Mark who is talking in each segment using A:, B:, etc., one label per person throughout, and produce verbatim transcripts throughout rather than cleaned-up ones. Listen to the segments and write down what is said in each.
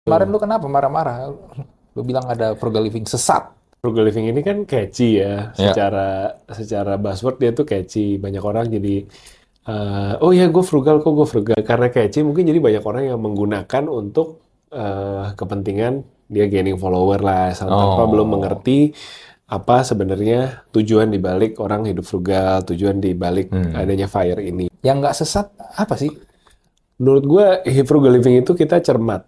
A: Kemarin lu kenapa marah-marah? Lu bilang ada frugal living sesat.
B: Frugal living ini kan catchy ya,
A: Ya.
B: secara secara buzzword dia tuh catchy. Banyak orang jadi, eh, oh ya gue frugal kok gue frugal. Karena catchy mungkin jadi banyak orang yang menggunakan untuk eh, kepentingan dia gaining follower lah, asal tanpa belum
A: Oh.
B: mengerti apa sebenarnya tujuan dibalik orang hidup frugal, tujuan dibalik
A: Hmm.
B: adanya fire ini.
A: Yang nggak sesat apa sih?
B: Menurut gue, frugal living itu kita cermat.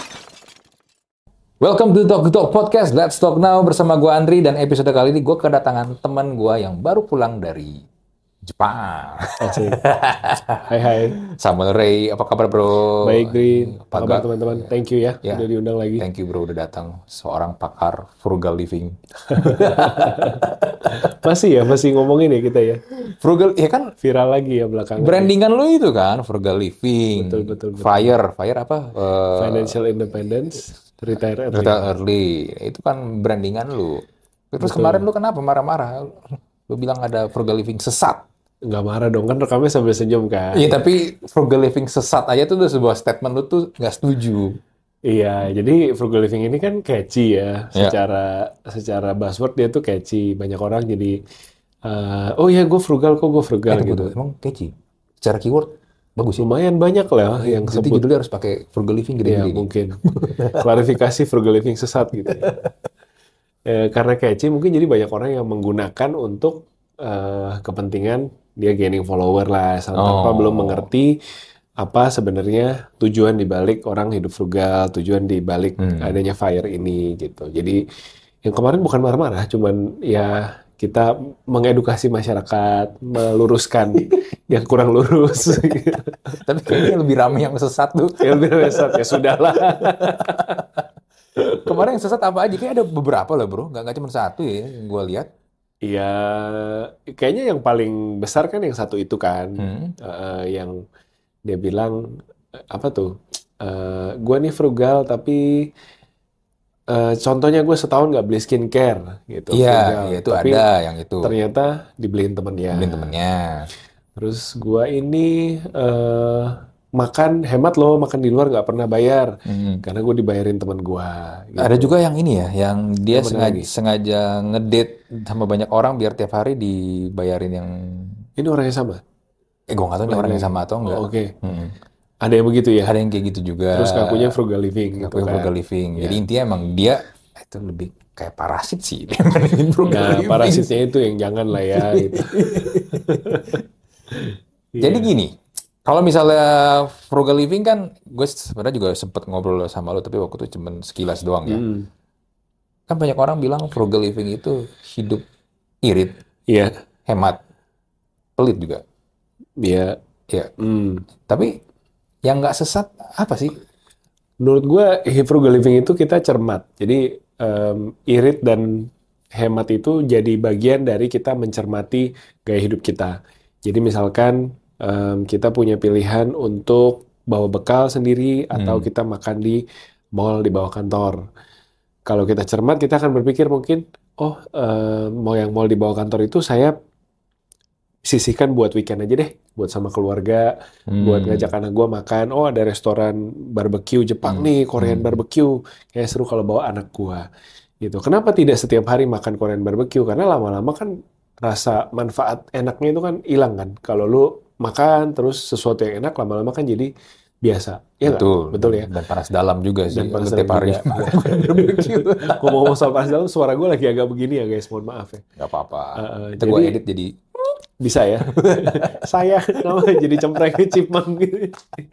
A: Welcome to Talk to Talk Podcast. Let's Talk Now bersama gue Andri, dan episode kali ini gue kedatangan teman gue yang baru pulang dari Jepang.
B: Asik. Hai hai.
A: Samuel Ray, apa kabar bro?
B: Baik, Dri. Apa kabar
A: Paga-
B: teman-teman? Thank you ya,
A: Ya.
B: udah diundang lagi.
A: Thank you bro udah datang. Seorang pakar frugal living.
B: Masih ya, masih ngomongin ya kita ya.
A: Frugal, ya kan
B: Viral lagi ya belakangan.
A: brandingan lu itu kan frugal living.
B: Betul, betul, betul.
A: Fire, fire apa? Eh,
B: Financial independence, retire early.
A: Retire early. Itu kan brandingan lu. Terus kemarin lu kenapa marah-marah? Lu bilang ada frugal living sesat.
B: Nggak marah dong, kan rekamnya sambil senyum kan.
A: Iya, tapi frugal living sesat aja tuh udah sebuah statement lu tuh nggak setuju.
B: Iya, jadi frugal living ini kan catchy ya,
A: Ya.
B: secara secara buzzword dia tuh catchy. Banyak orang jadi, eh, oh ya gue frugal kok gue frugal
A: Eh, tunggu,
B: gitu.
A: tunggu. Emang catchy? Secara keyword bagus ya?
B: Lumayan banyak lah yang
A: Jadi
B: sebut.
A: judulnya harus pakai frugal living
B: Ya
A: gede-gede nih.
B: mungkin klarifikasi frugal living sesat gitu ya. Eh, karena catchy mungkin jadi banyak orang yang menggunakan untuk eh, kepentingan dia gaining follower lah, asal tanpa
A: Oh.
B: belum mengerti apa sebenarnya tujuan dibalik orang hidup frugal, tujuan dibalik
A: Hmm.
B: adanya fire ini gitu. Jadi yang kemarin bukan marah-marah, cuman ya kita mengedukasi masyarakat, meluruskan yang kurang lurus.
A: Tapi kayaknya lebih ramai yang sesat tuh.
B: Ya lebih besar ya sudahlah.
A: Kemarin yang sesat apa aja? Kayak ada beberapa lah bro. Nggak, nggak cuma satu ya yang gue lihat.
B: Iya, kayaknya yang paling besar kan yang satu itu kan,
A: Hmm.
B: Eh, yang dia bilang eh, apa tuh? Eh, gue nih frugal tapi eh, contohnya gue setahun nggak beli skincare gitu,
A: Iya,
B: frugal.
A: iya, itu
B: Tapi
A: ada yang itu.
B: ternyata dibeliin temennya.
A: Beliin temennya.
B: Terus gue ini eh, makan hemat loh, makan di luar nggak pernah bayar
A: Hmm.
B: karena gue dibayarin teman gue.
A: Ada juga yang ini ya, yang dia
B: Yang mana
A: sengaja,
B: lagi?
A: sengaja ngedate sama banyak orang biar tiap hari dibayarin yang...
B: Ini orang yang sama.
A: Eh, gue nggak tahu ini orang yang
B: Lagi.
A: sama atau enggak.
B: Oh, oke.
A: Hmm.
B: Ada yang begitu ya.
A: Ada yang kayak gitu juga.
B: Terus ngakunya frugal living gitu
A: Ngakuin
B: kan.
A: frugal living.
B: Ya.
A: Jadi intinya emang dia itu lebih kayak parasit sih dibandingin frugal
B: Nah,
A: living.
B: parasitnya itu yang jangan lah ya gitu.
A: Jadi
B: Iya.
A: gini, kalau misalnya frugal living kan, gue sebenarnya juga sempet ngobrol sama lo, tapi waktu itu cuman sekilas doang ya.
B: Hmm.
A: Kan banyak orang bilang frugal living itu hidup irit,
B: Iya,
A: hemat, pelit juga.
B: iya.
A: Ya,
B: Hmm.
A: tapi yang nggak sesat apa sih?
B: Menurut gue, frugal living itu kita cermat. Jadi em, irit dan hemat itu jadi bagian dari kita mencermati gaya hidup kita. Jadi misalkan em, kita punya pilihan untuk bawa bekal sendiri atau
A: Hmm.
B: kita makan di mall di bawah kantor. Kalau kita cermat, kita akan berpikir mungkin, oh, eh, mau yang mall di bawah kantor itu saya sisihkan buat weekend aja deh, buat sama keluarga, buat
A: Hmm.
B: ngajak anak gua makan. Oh, ada restoran barbecue Jepang
A: Hmm.
B: nih, Korean
A: Hmm.
B: barbecue. Kayak seru kalau bawa anak gua. Gitu. Kenapa tidak setiap hari makan Korean barbecue? Karena lama-lama kan rasa manfaat enaknya itu kan hilang kan. Kalau lu makan terus sesuatu yang enak, lama-lama kan jadi biasa. Ya nggak?
A: Betul.
B: Betul ya?
A: Dan panas dalam juga sih.
B: Dan panas
A: Lu tiap
B: dalam
A: hari
B: juga.
A: makan barbecue.
B: Ngomong-ngomong soal panas dalam, suara gue lagi agak begini ya guys, mohon maaf ya.
A: Nggak apa-apa.
B: Uh, uh,
A: Itu gue
B: jadi-
A: edit jadi
B: Bisa ya? Saya namanya jadi cemprengnya chipmunk gitu.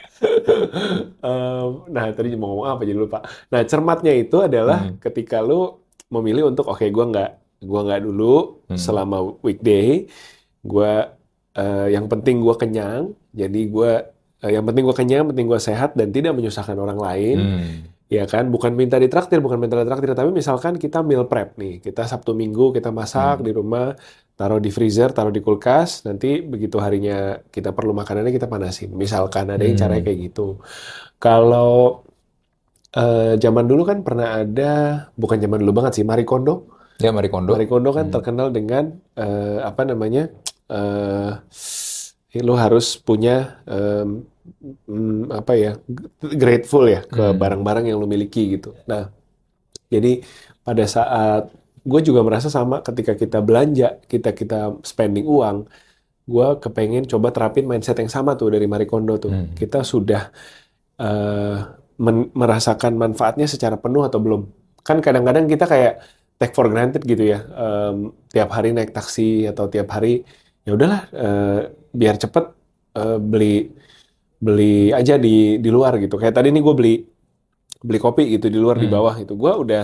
B: Em, nah, tadi mau ngomong apa jadi lupa. Nah, cermatnya itu adalah
A: Hmm.
B: ketika lu memilih untuk oke, gua nggak gua nggak dulu
A: Hmm.
B: selama weekday, gua eh, yang penting gua kenyang. Jadi gua eh, yang penting gua kenyang, penting gua sehat dan tidak menyusahkan orang lain.
A: Hmm.
B: Ya kan, bukan minta ditraktir, bukan minta ditraktir, tapi misalkan kita meal prep nih, kita Sabtu Minggu kita masak
A: Hmm.
B: di rumah, taruh di freezer, taruh di kulkas, nanti begitu harinya kita perlu makanannya kita panasin. Misalkan ada yang
A: Hmm.
B: caranya kayak gitu. Kalau eh, zaman dulu kan pernah ada, bukan zaman dulu banget sih, Marie Kondo.
A: Ya, Marie Kondo.
B: Marie Kondo kan
A: Hmm.
B: terkenal dengan eh, apa namanya, eh lo harus punya em, mm, apa ya, grateful ya ke
A: Hmm.
B: barang-barang yang lu miliki gitu. Nah, jadi pada saat gue juga merasa sama ketika kita belanja, kita kita spending uang, gue kepengen coba terapin mindset yang sama tuh dari Marie Kondo tuh.
A: Hmm.
B: Kita sudah eh, men- merasakan manfaatnya secara penuh atau belum? Kan kadang-kadang kita kayak take for granted gitu ya. Em, tiap hari naik taksi atau tiap hari ya udahlah, eh, biar cepet, eh, beli beli aja di di luar gitu. Kayak tadi nih gue beli beli kopi gitu di luar di
A: Hmm.
B: bawah itu. Gue udah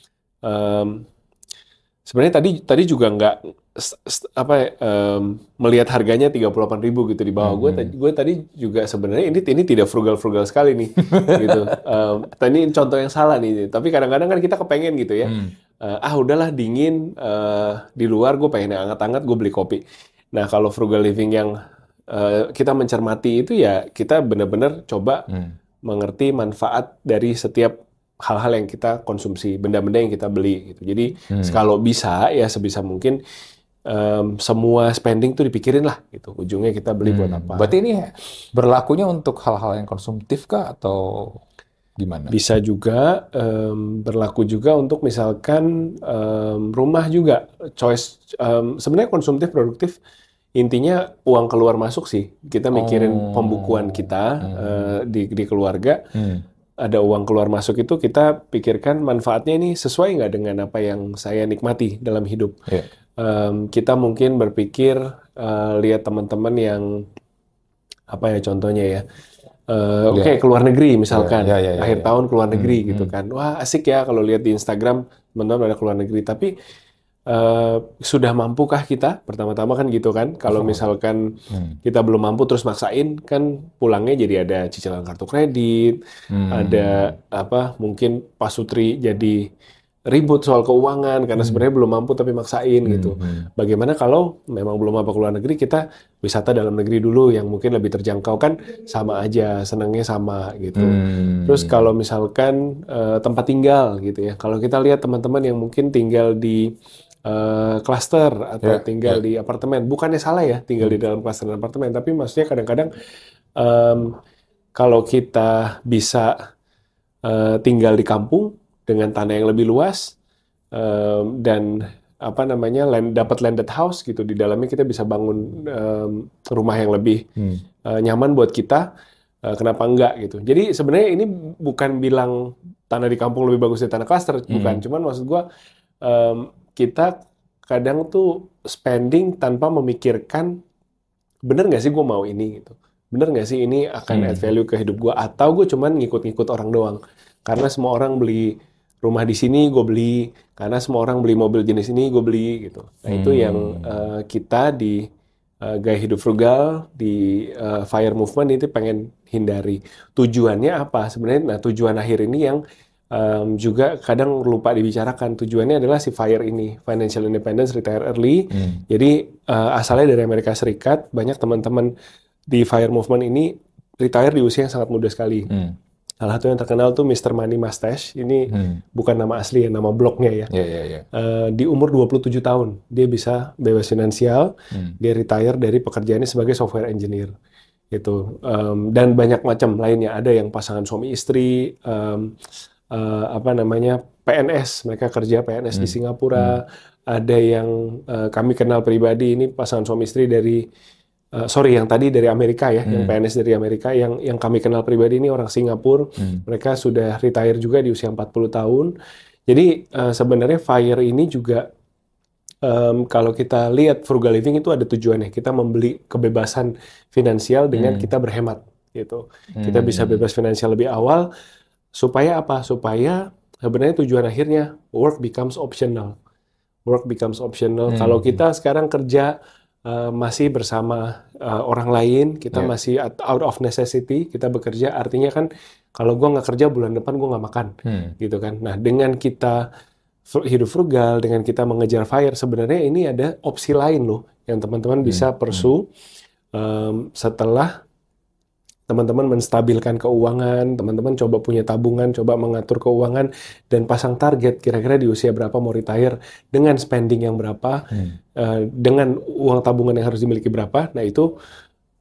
B: em, sebenarnya tadi tadi juga nggak s- s- apa ya, em, melihat harganya tiga puluh delapan ribu gitu di bawah. Gue
A: Hmm.
B: gue tadi juga sebenarnya ini ini tidak frugal-frugal sekali nih gitu. Em, tadi ini contoh yang salah nih. Tapi kadang-kadang kan kita kepengen gitu ya.
A: Hmm.
B: Eh, ah udahlah dingin, eh, di luar gue pengen yang hangat-hangat, gue beli kopi. Nah kalau frugal living yang eh, kita mencermati itu ya kita benar-benar coba
A: Hmm.
B: mengerti manfaat dari setiap hal-hal yang kita konsumsi, benda-benda yang kita beli gitu. Jadi
A: Hmm.
B: kalau bisa ya sebisa mungkin em, semua spending tuh dipikirin lah gitu. Ujungnya kita beli buat
A: Hmm.
B: apa.
A: Berarti ini berlakunya untuk hal-hal yang konsumtif kah atau gimana?
B: Bisa juga em, berlaku juga untuk misalkan em, rumah juga choice, em, sebenarnya konsumtif produktif intinya uang keluar masuk sih. Kita mikirin pembukuan
A: Oh.
B: kita
A: Hmm.
B: eh, di di keluarga.
A: Hmm.
B: Ada uang keluar masuk itu kita pikirkan manfaatnya ini sesuai nggak dengan apa yang saya nikmati dalam hidup.
A: Ya.
B: Em, kita mungkin berpikir, eh, lihat teman-teman yang apa ya contohnya ya, Eh, oke
A: Ya.
B: keluar negeri
A: Ya.
B: misalkan
A: Ya. Ya. Ya.
B: akhir
A: Ya.
B: tahun keluar
A: Hmm.
B: negeri gitu
A: Hmm.
B: kan, wah asik ya kalau lihat di Instagram teman-teman ada keluar negeri. Tapi eh, sudah mampukah kita? Pertama-tama kan gitu kan. Kalau
A: Oh.
B: misalkan
A: Hmm.
B: kita belum mampu terus maksain, kan pulangnya jadi ada cicilan kartu kredit,
A: Hmm.
B: ada apa? Mungkin Pak Sutri jadi ribut soal keuangan karena
A: Hmm.
B: sebenarnya belum mampu tapi maksain
A: Hmm.
B: gitu.
A: Hmm.
B: Bagaimana kalau memang belum mampu keluar negeri, kita wisata dalam negeri dulu yang mungkin lebih terjangkau, kan sama aja, senangnya sama gitu.
A: Hmm.
B: Terus kalau misalkan eh, tempat tinggal gitu ya, kalau kita lihat teman-teman yang mungkin tinggal di eh, klaster atau
A: Ya.
B: tinggal
A: Ya.
B: di apartemen, bukannya salah ya tinggal di
A: Hmm.
B: dalam klaster dan apartemen, tapi maksudnya kadang-kadang em, kalau kita bisa eh, tinggal di kampung dengan tanah yang lebih luas em, dan apa namanya land, dapat landed house gitu, di dalamnya kita bisa bangun em, rumah yang lebih
A: Hmm.
B: eh, nyaman buat kita. Eh, kenapa enggak gitu. Jadi sebenarnya ini bukan bilang tanah di kampung lebih bagus dari tanah klaster, bukan.
A: Hmm.
B: Cuman maksud gua em, kita kadang tuh spending tanpa memikirkan bener nggak sih gue mau ini gitu. Bener nggak sih ini akan add
A: Hmm.
B: value ke hidup gue, atau gue cuman ngikut-ngikut orang doang. Karena semua orang beli rumah di sini, gue beli. Karena semua orang beli mobil jenis ini, gue beli gitu. Nah itu yang
A: Hmm.
B: eh, kita di eh, gaya hidup frugal, di eh, FIRE movement itu pengen hindari. Tujuannya apa sebenarnya? Nah tujuan akhir ini yang em, juga kadang lupa dibicarakan. Tujuannya adalah si FIRE ini, Financial Independence, Retire Early.
A: Hmm.
B: Jadi eh, asalnya dari Amerika Serikat, banyak teman-teman di FIRE movement ini retire di usia yang sangat muda sekali.
A: Hmm.
B: Salah satu yang terkenal tuh mister Money Mustache. Ini
A: Hmm.
B: bukan nama asli ya, nama blognya ya.
A: Ya. Ya. Ya.
B: Eh, di umur dua puluh tujuh tahun, dia bisa bebas finansial,
A: Hmm.
B: dia retire dari pekerjaannya sebagai software engineer. Gitu. Em, dan banyak macam lainnya. Ada yang pasangan suami istri, em, eh, apa namanya, P N S, mereka kerja P N S di
A: Hmm.
B: Singapura. Ada yang eh, kami kenal pribadi, ini pasangan suami istri dari eh, sorry yang tadi dari Amerika ya, yang
A: Hmm.
B: P N S dari Amerika, yang yang kami kenal pribadi ini orang Singapura.
A: Hmm.
B: Mereka sudah retire juga di usia empat puluh tahun. Jadi eh, sebenarnya FIRE ini juga em, kalau kita lihat frugal living itu ada tujuannya. Kita membeli kebebasan finansial dengan
A: Hmm.
B: kita berhemat gitu. Kita bisa
A: Hmm.
B: bebas finansial lebih awal supaya apa? Supaya sebenarnya tujuan akhirnya work becomes optional. Work becomes optional.
A: Hmm.
B: Kalau kita sekarang kerja eh, masih bersama eh, orang lain, kita
A: Ya.
B: masih at- out of necessity, kita bekerja, artinya kan kalau gua nggak kerja bulan depan gua nggak makan,
A: Hmm.
B: gitu kan. Nah, dengan kita fr- hidup frugal, dengan kita mengejar FIRE, sebenarnya ini ada opsi lain loh yang teman-teman bisa
A: Hmm.
B: pursue em, setelah teman-teman menstabilkan keuangan, teman-teman coba punya tabungan, coba mengatur keuangan, dan pasang target kira-kira di usia berapa mau retire, dengan spending yang berapa,
A: Hmm.
B: eh, dengan uang tabungan yang harus dimiliki berapa. Nah itu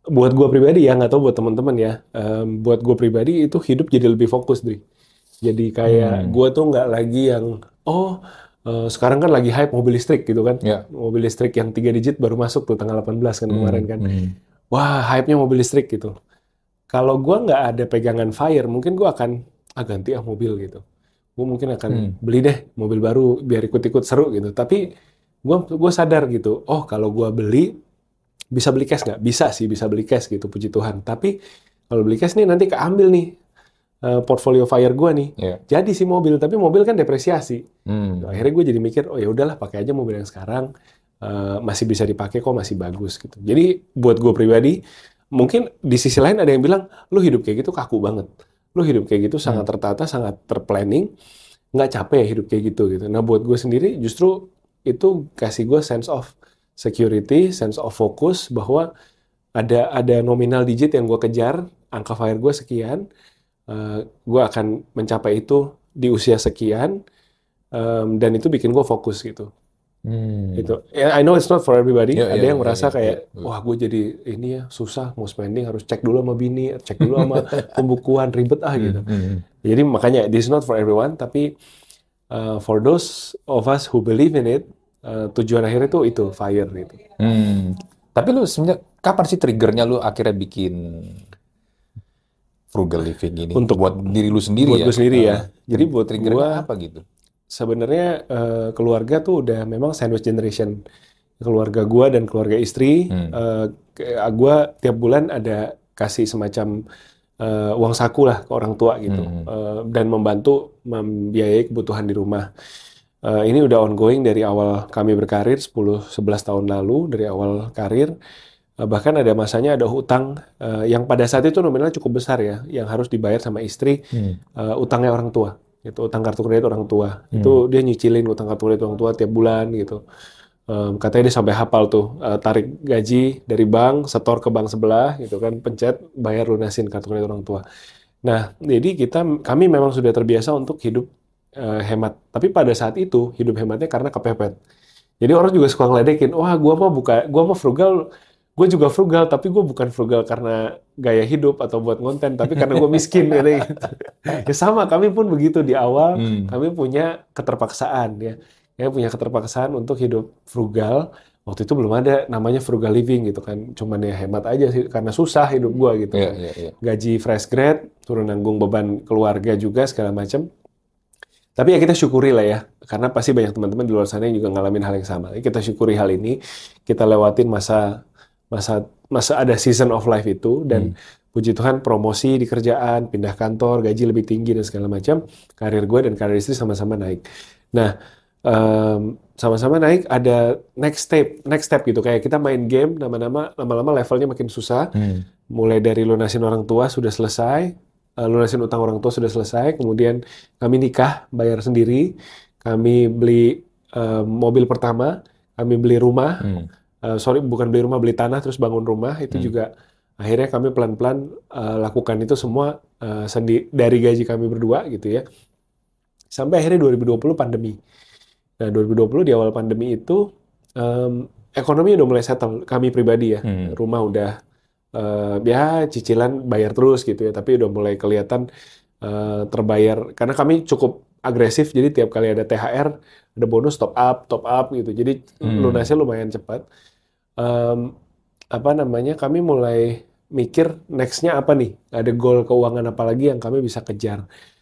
B: buat gue pribadi ya, nggak tahu buat teman-teman ya. Um, buat gue pribadi itu hidup jadi lebih fokus, Dri. Jadi kayak
A: Hmm.
B: gue tuh nggak lagi yang oh uh, sekarang kan lagi hype mobil listrik gitu kan.
A: Ya.
B: Mobil listrik yang tiga digit baru masuk tuh tanggal delapan belas kan
A: Hmm.
B: kemarin kan.
A: Hmm.
B: Wah, hype-nya mobil listrik gitu. Kalau gue nggak ada pegangan fire, mungkin gue akan ah, ganti ah mobil gitu. Gue mungkin akan
A: Hmm.
B: beli deh mobil baru biar ikut-ikut seru gitu. Tapi gue gue sadar gitu, oh kalau gue beli bisa beli cash nggak? Bisa sih, bisa beli cash gitu, puji Tuhan. Tapi kalau beli cash nih nanti keambil nih uh, portfolio fire gue nih.
A: Ya.
B: Jadi si mobil, tapi mobil kan depresiasi.
A: Hmm.
B: Akhirnya gue jadi mikir, oh ya udahlah pakai aja mobil yang sekarang uh, masih bisa dipakai kok, masih bagus gitu. Jadi buat gue pribadi, mungkin di sisi lain ada yang bilang, lu hidup kayak gitu kaku banget. Lu hidup kayak gitu sangat tertata, sangat terplanning, nggak capek ya hidup kayak gitu gitu. Nah buat gue sendiri justru itu kasih gue sense of security, sense of focus bahwa ada ada nominal digit yang gue kejar, angka fire gue sekian, uh, gue akan mencapai itu di usia sekian, um, dan itu bikin gue fokus gitu.
A: Hmm.
B: Itu, I know it's not for everybody.
A: Ya,
B: ada
A: ya,
B: yang
A: ya,
B: merasa
A: ya,
B: kayak,
A: ya.
B: wah gue jadi ini ya susah mau spending, harus cek dulu sama bini, cek dulu sama pembukuan, ribet ah gitu.
A: Hmm.
B: Jadi makanya this is not for everyone, tapi uh, for those of us who believe in it, uh, tujuan akhirnya tuh itu fire gitu.
A: Hmm. Tapi lu sebenarnya kapan sih triggernya lu akhirnya bikin frugal living ini
B: Untuk-
A: buat diri lu sendiri
B: buat
A: ya?
B: gue sendiri ya.
A: Uh,
B: Jadi buat
A: triggernya
B: gua-
A: apa gitu?
B: Sebenarnya uh, keluarga tuh udah memang sandwich generation. Keluarga gua dan keluarga istri,
A: Hmm.
B: uh, ke- gua tiap bulan ada kasih semacam uh, uang saku lah ke orang tua gitu,
A: Hmm.
B: Uh, dan membantu membiayai kebutuhan di rumah. Uh, ini udah ongoing dari awal kami berkarir sepuluh sebelas tahun lalu, dari awal karir. Uh, bahkan ada masanya ada hutang uh, yang pada saat itu nominalnya cukup besar ya, yang harus dibayar sama istri,
A: Hmm.
B: uh, utangnya orang tua. Itu utang kartu kredit orang tua. Itu dia nyicilin utang kartu kredit orang tua tiap bulan gitu. Um, katanya dia sampai hafal tuh, uh, tarik gaji dari bank, setor ke bank sebelah gitu kan, pencet, bayar lunasin kartu kredit orang tua. Nah, jadi kita kami memang sudah terbiasa untuk hidup uh, hemat. Tapi pada saat itu hidup hematnya karena kepepet. Jadi orang juga suka ngeledekin, wah gua mah buka, gua mah frugal, gue juga frugal, tapi gue bukan frugal karena gaya hidup atau buat konten, tapi karena gue miskin gitu. Ya sama, kami pun begitu di awal,
A: Hmm.
B: kami punya keterpaksaan ya. Kami punya keterpaksaan untuk hidup frugal. Waktu itu belum ada namanya frugal living gitu kan. Cuman ya hemat aja sih, karena susah hidup gue gitu.
A: Iya,
B: kan.
A: iya, iya.
B: Gaji fresh grad, turun nanggung beban keluarga juga segala macam. Tapi ya kita syukuri lah ya, karena pasti banyak teman-teman di luar sana yang juga ngalamin hal yang sama. Kita syukuri hal ini, kita lewatin masa masa masa ada season of life itu, dan puji Tuhan promosi di kerjaan, pindah kantor, gaji lebih tinggi dan segala macam. Karir gue dan karir istri sama-sama naik. Nah, um, sama-sama naik, ada next step, next step gitu. Kayak kita main game, nama-nama lama-lama levelnya makin susah.
A: Hmm.
B: Mulai dari lunasin orang tua sudah selesai, uh, lunasin utang orang tua sudah selesai, kemudian kami nikah, bayar sendiri, kami beli uh, mobil pertama, kami beli rumah,
A: Hmm.
B: uh, sorry bukan beli rumah, beli tanah terus bangun rumah, itu
A: Hmm.
B: juga akhirnya kami pelan-pelan uh, lakukan itu semua uh, sendi- dari gaji kami berdua gitu ya. Sampai akhirnya dua ribu dua puluh pandemi. Nah dua ribu dua puluh di awal pandemi itu um, ekonomi udah mulai settle, kami pribadi ya,
A: Hmm.
B: rumah udah uh, ya cicilan bayar terus gitu ya, tapi udah mulai kelihatan uh, terbayar karena kami cukup agresif, jadi tiap kali ada T H R ada bonus top up top up gitu, jadi
A: Hmm.
B: lunasnya lumayan cepat. Um, apa namanya, kami mulai mikir nextnya apa nih, ada goal keuangan apa lagi yang kami bisa kejar.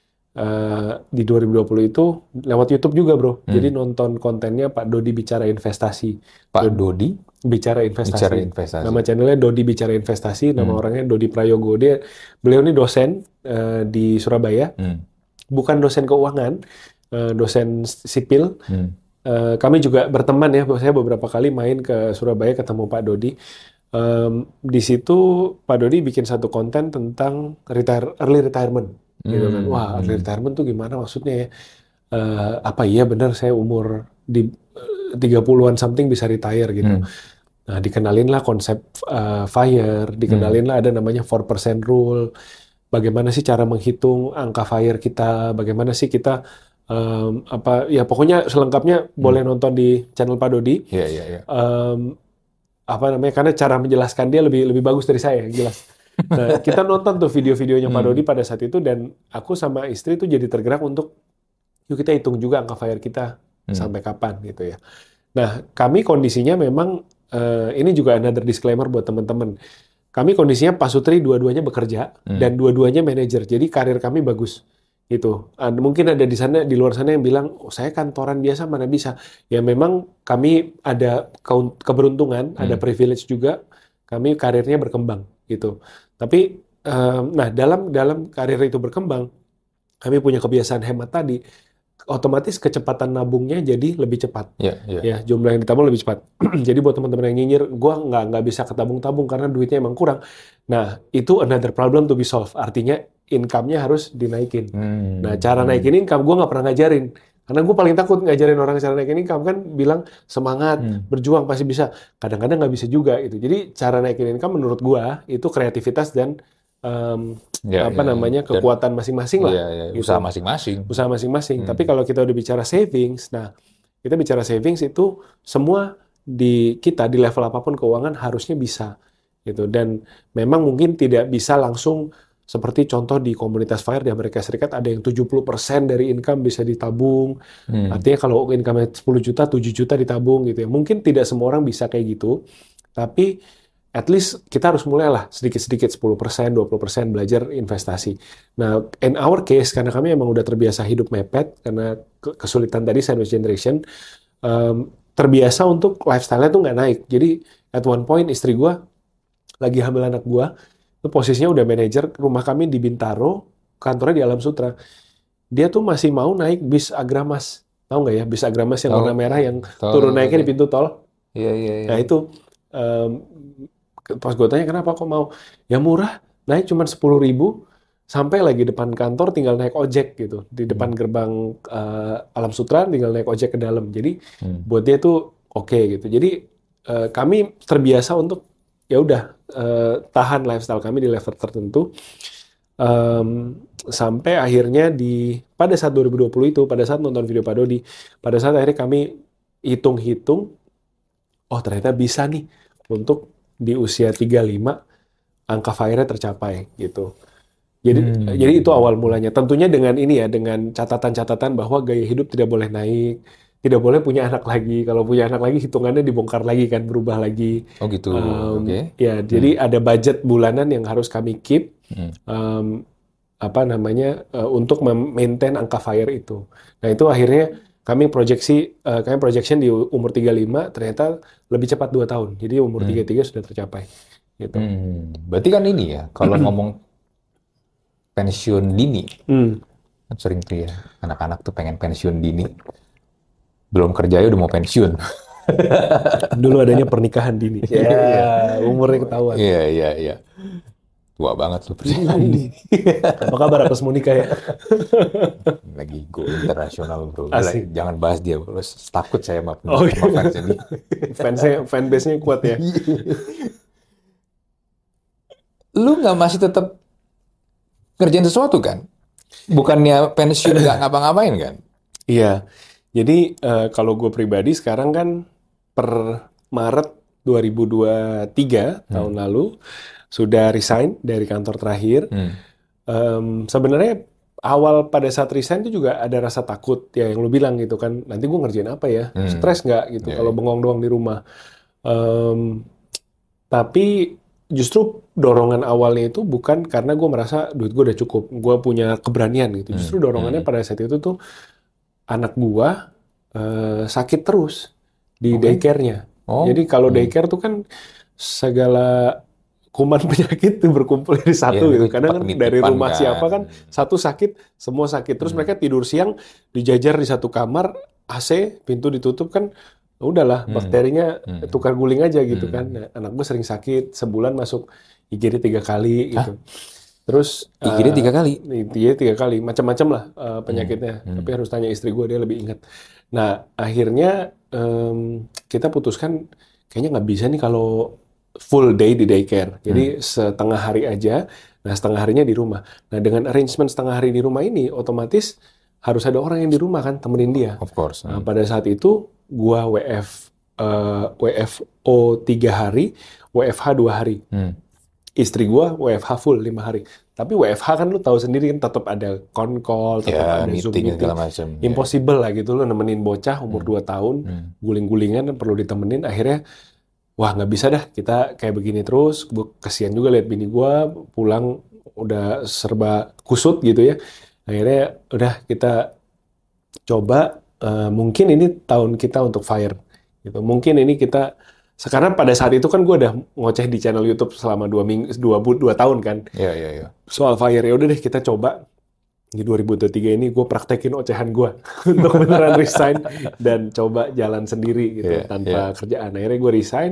B: Uh, di dua ribu dua puluh itu lewat YouTube juga bro,
A: Hmm.
B: jadi nonton kontennya Pak Dodi Bicara Investasi.
A: Pak Dodi
B: Bicara Investasi.
A: bicara investasi.
B: Nama channelnya Dodi Bicara Investasi, nama
A: Hmm.
B: orangnya Dodi Prayogo. Dia, beliau ini dosen uh, di Surabaya,
A: Hmm.
B: bukan dosen keuangan, uh, dosen sipil.
A: Hmm.
B: Uh, kami juga berteman ya, saya beberapa kali main ke Surabaya ketemu Pak Dodi. Um, di situ Pak Dodi bikin satu konten tentang retire, early retirement, gitu kan.
A: Hmm.
B: Wah, early retirement tuh gimana maksudnya ya? Uh, apa iya benar saya umur di uh, tiga puluhan something bisa retire gitu.
A: Hmm.
B: Nah, dikenalin lah konsep uh, FIRE, dikenalin lah ada namanya four percent rule. Bagaimana sih cara menghitung angka FIRE kita? Bagaimana sih kita um, apa ya pokoknya selengkapnya boleh nonton di channel Pak Dodi.
A: Iya, iya, iya.
B: Um, apa namanya, karena cara menjelaskan dia lebih lebih bagus dari saya, jelas. Nah, kita nonton tuh video-videonya Pak Dodi pada saat itu, dan aku sama istri tuh jadi tergerak untuk, yuk kita hitung juga angka fire kita
A: Hmm.
B: sampai kapan gitu ya. Nah, kami kondisinya memang, eh, ini juga another disclaimer buat teman-teman. Kami kondisinya Pak Sutri dua-duanya bekerja,
A: Hmm.
B: dan dua-duanya manajer, jadi karir kami bagus. Gitu. Ada- mungkin ada di sana, di luar sana yang bilang, oh saya kantoran biasa mana bisa. Ya memang kami ada keun- keberuntungan, ada
A: Hmm.
B: privilege juga, kami karirnya berkembang gitu. Tapi, em, nah dalam dalam karir itu berkembang, kami punya kebiasaan hemat tadi, otomatis kecepatan nabungnya jadi lebih cepat.
A: Ya, ya.
B: Ya, jumlah yang ditabung lebih cepat. Jadi buat teman-teman yang nyinyir, gua nggak nggak bisa ketabung-tabung karena duitnya emang kurang. Nah, itu another problem to be solved. Artinya income-nya harus dinaikin.
A: Hmm.
B: Nah, cara
A: Hmm.
B: naikin income gue nggak pernah ngajarin. Karena gue paling takut ngajarin orang cara naikin income, kan bilang semangat,
A: Hmm.
B: berjuang pasti bisa. Kadang-kadang nggak bisa juga gitu. Jadi cara naikin income menurut gue itu kreativitas dan em,
A: Ya,
B: apa
A: ya, ya.
B: namanya
A: Dan-
B: kekuatan masing-masing lah.
A: Iya, iya,
B: gitu.
A: usaha masing-masing.
B: Usaha masing-masing.
A: Hmm.
B: Tapi kalau kita udah bicara savings, nah kita bicara savings itu semua di kita di level apapun keuangan harusnya bisa gitu. Dan memang mungkin tidak bisa langsung seperti contoh di komunitas FIRE di Amerika Serikat ada yang tujuh puluh persen dari income bisa ditabung.
A: Hmm.
B: Artinya kalau income sepuluh juta, tujuh juta ditabung gitu ya. Mungkin tidak semua orang bisa kayak gitu. Tapi at least kita harus mulailah sedikit-sedikit sepuluh persen, dua puluh persen belajar investasi. Nah, in our case, karena kami emang udah terbiasa hidup mepet, karena ke- kesulitan tadi sandwich generation, um, terbiasa untuk lifestyle-nya tuh nggak naik. Jadi, at one point, istri gua lagi hamil anak gua, itu posisinya udah manajer, rumah kami di Bintaro, kantornya di Alam Sutra. Dia tuh masih mau naik bis Agramas. Tahu nggak ya, bis Agramas yang
A: Tahu.
B: warna merah yang
A: Tahu,
B: turun
A: tahu,
B: naiknya di
A: tahu.
B: pintu tol?
A: Iya, iya, iya.
B: Nah itu, em, ke- pas gue tanya kenapa kok mau, ya murah, naik cuma sepuluh ribu, sampai lagi depan kantor tinggal naik ojek gitu, di depan gerbang eh, Alam Sutra tinggal naik ojek ke dalam. Jadi
A: Hmm.
B: buat dia tuh oke gitu. Jadi eh, kami terbiasa untuk ya udah eh, tahan lifestyle kami di level tertentu. Em, sampai akhirnya di pada saat dua ribu dua puluh itu, pada saat nonton video Pak Dodi, pada saat akhirnya kami hitung-hitung, oh ternyata bisa nih untuk di usia tiga puluh lima angka FIRE-nya tercapai gitu. Jadi
A: Hmm.
B: jadi itu awal mulanya. Tentunya dengan ini ya, dengan catatan-catatan bahwa gaya hidup tidak boleh naik, tidak boleh punya anak lagi. Kalau punya anak lagi hitungannya dibongkar lagi kan, berubah lagi.
A: Oh gitu.
B: Em,
A: Oke.
B: Ya, jadi ada budget bulanan yang harus kami keep.
A: Hmm.
B: em, apa namanya eh, untuk maintain angka FIRE itu. Nah itu akhirnya kami proyeksi, eh, kami projection di umur tiga puluh lima ternyata lebih cepat dua tahun. Jadi umur
A: Hmm.
B: tiga puluh tiga sudah tercapai. Gitu.
A: Hmm. Berarti kan ini ya, kalau ngomong pensiun dini,
B: Hmm.
A: kan sering tuh ya, anak-anak tuh pengen pensiun dini. Belum kerja ya udah mau pensiun.
B: Dulu adanya pernikahan dini. Ya, umurnya ketahuan.
A: Iya, iya, iya. Tua banget lu pensiun dini.
B: Apa kabar Apes Monika ya?
A: Lagi go internasional bro.
B: Asik.
A: Jangan bahas dia, bro. Takut saya sama,
B: Oh, iya.
A: sama fansnya dia.
B: Fansnya, fanbase-nya kuat ya.
A: Lu nggak masih tetap kerjain sesuatu kan? Bukannya pensiun nggak ngapa-ngapain kan?
B: Iya. Jadi eh, kalau gue pribadi sekarang kan per Maret dua ribu dua puluh tiga tahun lalu sudah resign dari kantor terakhir.
A: Hmm.
B: Em, sebenarnya awal pada saat resign itu juga ada rasa takut ya yang lu bilang gitu kan. Nanti gue ngerjain apa ya?
A: Hmm.
B: Stres nggak gitu
A: Iya,
B: kalau
A: iya.
B: bengong doang di rumah. Em, tapi justru dorongan awalnya itu bukan karena gue merasa duit gue udah cukup, gue punya keberanian gitu.
A: Hmm.
B: Justru dorongannya
A: Hmm.
B: pada saat itu tuh anak gue eh, sakit terus di
A: Oke.
B: daycare-nya.
A: Oh.
B: Jadi kalau
A: Hmm.
B: daycare tuh kan segala kuman penyakit tuh berkumpul di satu
A: Iya,
B: gitu.
A: itu
B: Kadang
A: tempat
B: kan dari
A: penitipan
B: rumah
A: kan.
B: siapa kan satu sakit, semua sakit. Terus
A: Hmm.
B: mereka tidur siang dijajar di satu kamar, A C, pintu ditutup kan, udahlah
A: Hmm.
B: bakterinya
A: Hmm.
B: tukar guling aja gitu
A: Hmm.
B: kan. Nah, anak gue sering sakit, sebulan masuk I G D tiga kali gitu. Terus
A: I G D tiga kali.
B: I G D tiga kali, macam-macam lah eh, penyakitnya.
A: Hmm.
B: Tapi harus tanya istri gue, dia lebih ingat. Nah, akhirnya em, kita putuskan kayaknya nggak bisa nih kalau full day di daycare. Jadi setengah hari aja, nah setengah harinya di rumah. Nah dengan arrangement setengah hari di rumah ini, otomatis harus ada orang yang di rumah kan, temenin dia.
A: Of course.
B: Nah pada saat itu, gua W F uh, W F O tiga hari, W F H dua hari.
A: Hmm.
B: Istri gue W F H full lima hari. Tapi W F H kan lu tahu sendiri kan tetap ada con-call, tetap
A: Ya,
B: ada Zoom
A: meeting
B: meeting.
A: segala macam. Ya.
B: Impossible lah gitu lu nemenin bocah umur
A: Hmm.
B: dua tahun,
A: Hmm.
B: guling-gulingan perlu ditemenin. Akhirnya, wah nggak bisa dah kita kayak begini terus. Gue kasihan juga lihat bini gue pulang udah serba kusut gitu ya. Akhirnya udah kita coba, eh, mungkin ini tahun kita untuk fire gitu. Mungkin ini kita sekarang pada saat itu kan gue udah ngoceh di channel YouTube selama dua minggu, dua, bu- dua tahun kan
A: Ya, ya, ya.
B: soal fire. Ya udah deh kita coba di dua ribu dua puluh tiga ini gue praktekin ocehan gue untuk beneran resign dan coba jalan sendiri gitu
A: Iya,
B: tanpa kerjaan. Akhirnya gue resign.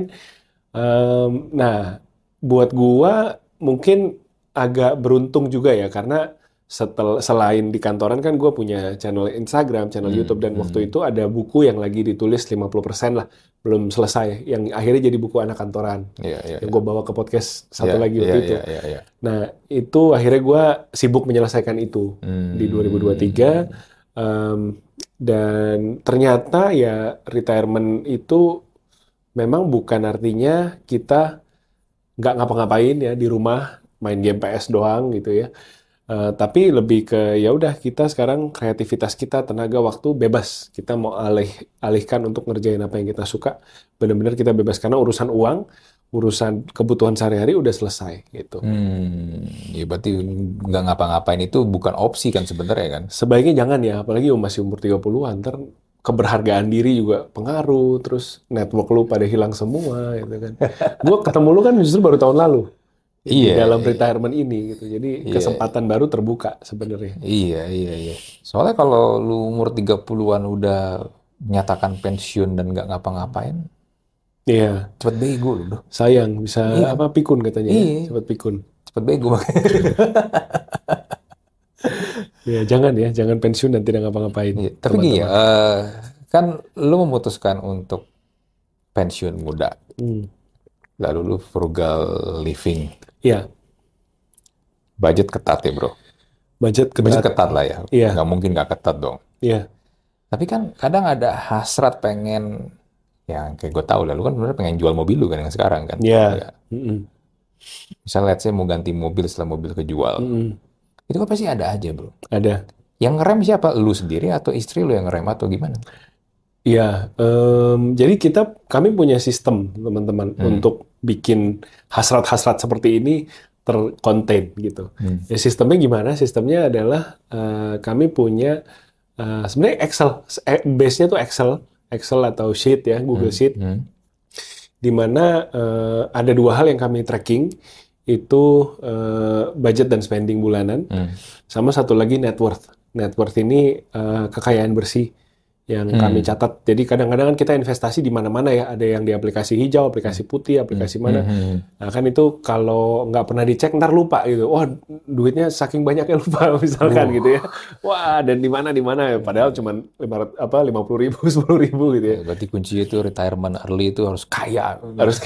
B: Em, nah, buat gue mungkin agak beruntung juga ya karena setel, selain di kantoran kan gue punya channel Instagram, channel
A: Hmm,
B: YouTube, dan
A: hmm.
B: waktu itu ada buku yang lagi ditulis lima puluh persen lah, belum selesai, yang akhirnya jadi buku anak kantoran
A: Ya, ya,
B: yang
A: ya.
B: gue bawa ke podcast satu
A: Ya,
B: lagi
A: ya,
B: waktu itu.
A: ya, ya, ya.
B: Nah, itu akhirnya gue sibuk menyelesaikan itu
A: Hmm.
B: di dua ribu dua puluh tiga. Em, dan ternyata ya retirement itu memang bukan artinya kita nggak ngapa-ngapain ya di rumah main game P S doang gitu ya. Eh, tapi lebih ke ya udah kita sekarang kreativitas kita, tenaga, waktu bebas. Kita mau alih alihkan untuk ngerjain apa yang kita suka. Benar-benar kita bebas karena urusan uang, urusan kebutuhan sehari-hari udah selesai gitu.
A: Hmm. Ya berarti nggak ngapa-ngapain itu bukan opsi kan sebenarnya kan?
B: Sebaiknya jangan ya, apalagi masih umur tiga puluhan, ntar keberhargaan diri juga pengaruh, terus network lu pada hilang semua gitu kan. Gue ketemu lu kan justru baru tahun lalu di
A: Iya,
B: dalam
A: iya.
B: retirement ini gitu. Jadi
A: Iya.
B: kesempatan baru terbuka sebenarnya.
A: Iya, iya, iya. Soalnya kalau lu umur tiga puluhan udah menyatakan pensiun dan nggak ngapa-ngapain,
B: Iya,
A: cepet bego lu, bro.
B: sayang bisa
A: Iya.
B: apa pikun katanya ya,
A: Iya.
B: cepat pikun.
A: Cepet bego makanya.
B: Ya jangan ya, jangan pensiun dan tidak ngapa-ngapain.
A: Iya. Tapi gini ya,
B: teman-teman.
A: eh, kan lu memutuskan untuk pensiun muda,
B: Hmm.
A: lalu lu frugal living,
B: Iya,
A: budget ketat ya bro.
B: budget
A: Budget
B: ketat.
A: ketat lah ya,
B: Iya.
A: nggak mungkin nggak ketat dong.
B: Iya,
A: Tapi kan kadang ada hasrat pengen, yang kayak gue tahu lah, lu kan bener pengen jual mobil lu kan yang sekarang kan.
B: iya.
A: Ya.
B: Mm-mm.
A: Misal let's say mau ganti mobil setelah mobil kejual,
B: Mm-mm.
A: itu kan pasti ada aja bro.
B: Ada.
A: Yang ngerem siapa? Lu sendiri atau istri lu yang ngerem atau gimana?
B: Iya, em, jadi kita kami punya sistem teman-teman
A: Hmm.
B: untuk bikin hasrat-hasrat seperti ini terkonten gitu.
A: Hmm.
B: Ya, sistemnya gimana? Sistemnya adalah eh, kami punya eh, sebenarnya Excel, Eh, base-nya tuh Excel, Excel atau Sheet ya, Google
A: Hmm.
B: Sheet,
A: Hmm.
B: di mana eh, ada dua hal yang kami tracking, itu eh, budget dan spending bulanan,
A: Hmm.
B: sama satu lagi net worth. Net worth ini eh, kekayaan bersih yang
A: Hmm.
B: kami catat. Jadi kadang-kadang kan kita investasi di mana-mana ya. Ada yang di aplikasi hijau, aplikasi putih, aplikasi mana.
A: Hmm.
B: Nah kan itu kalau nggak pernah dicek ntar lupa gitu. Wah duitnya saking banyaknya lupa misalkan
A: Wah.
B: gitu ya. Wah dan di mana di mana. Padahal cuma lima ratus apa lima puluh ribu, sepuluh ribu gitu ya.
A: Ya, berarti kuncinya itu retirement early itu harus kaya.
B: Harus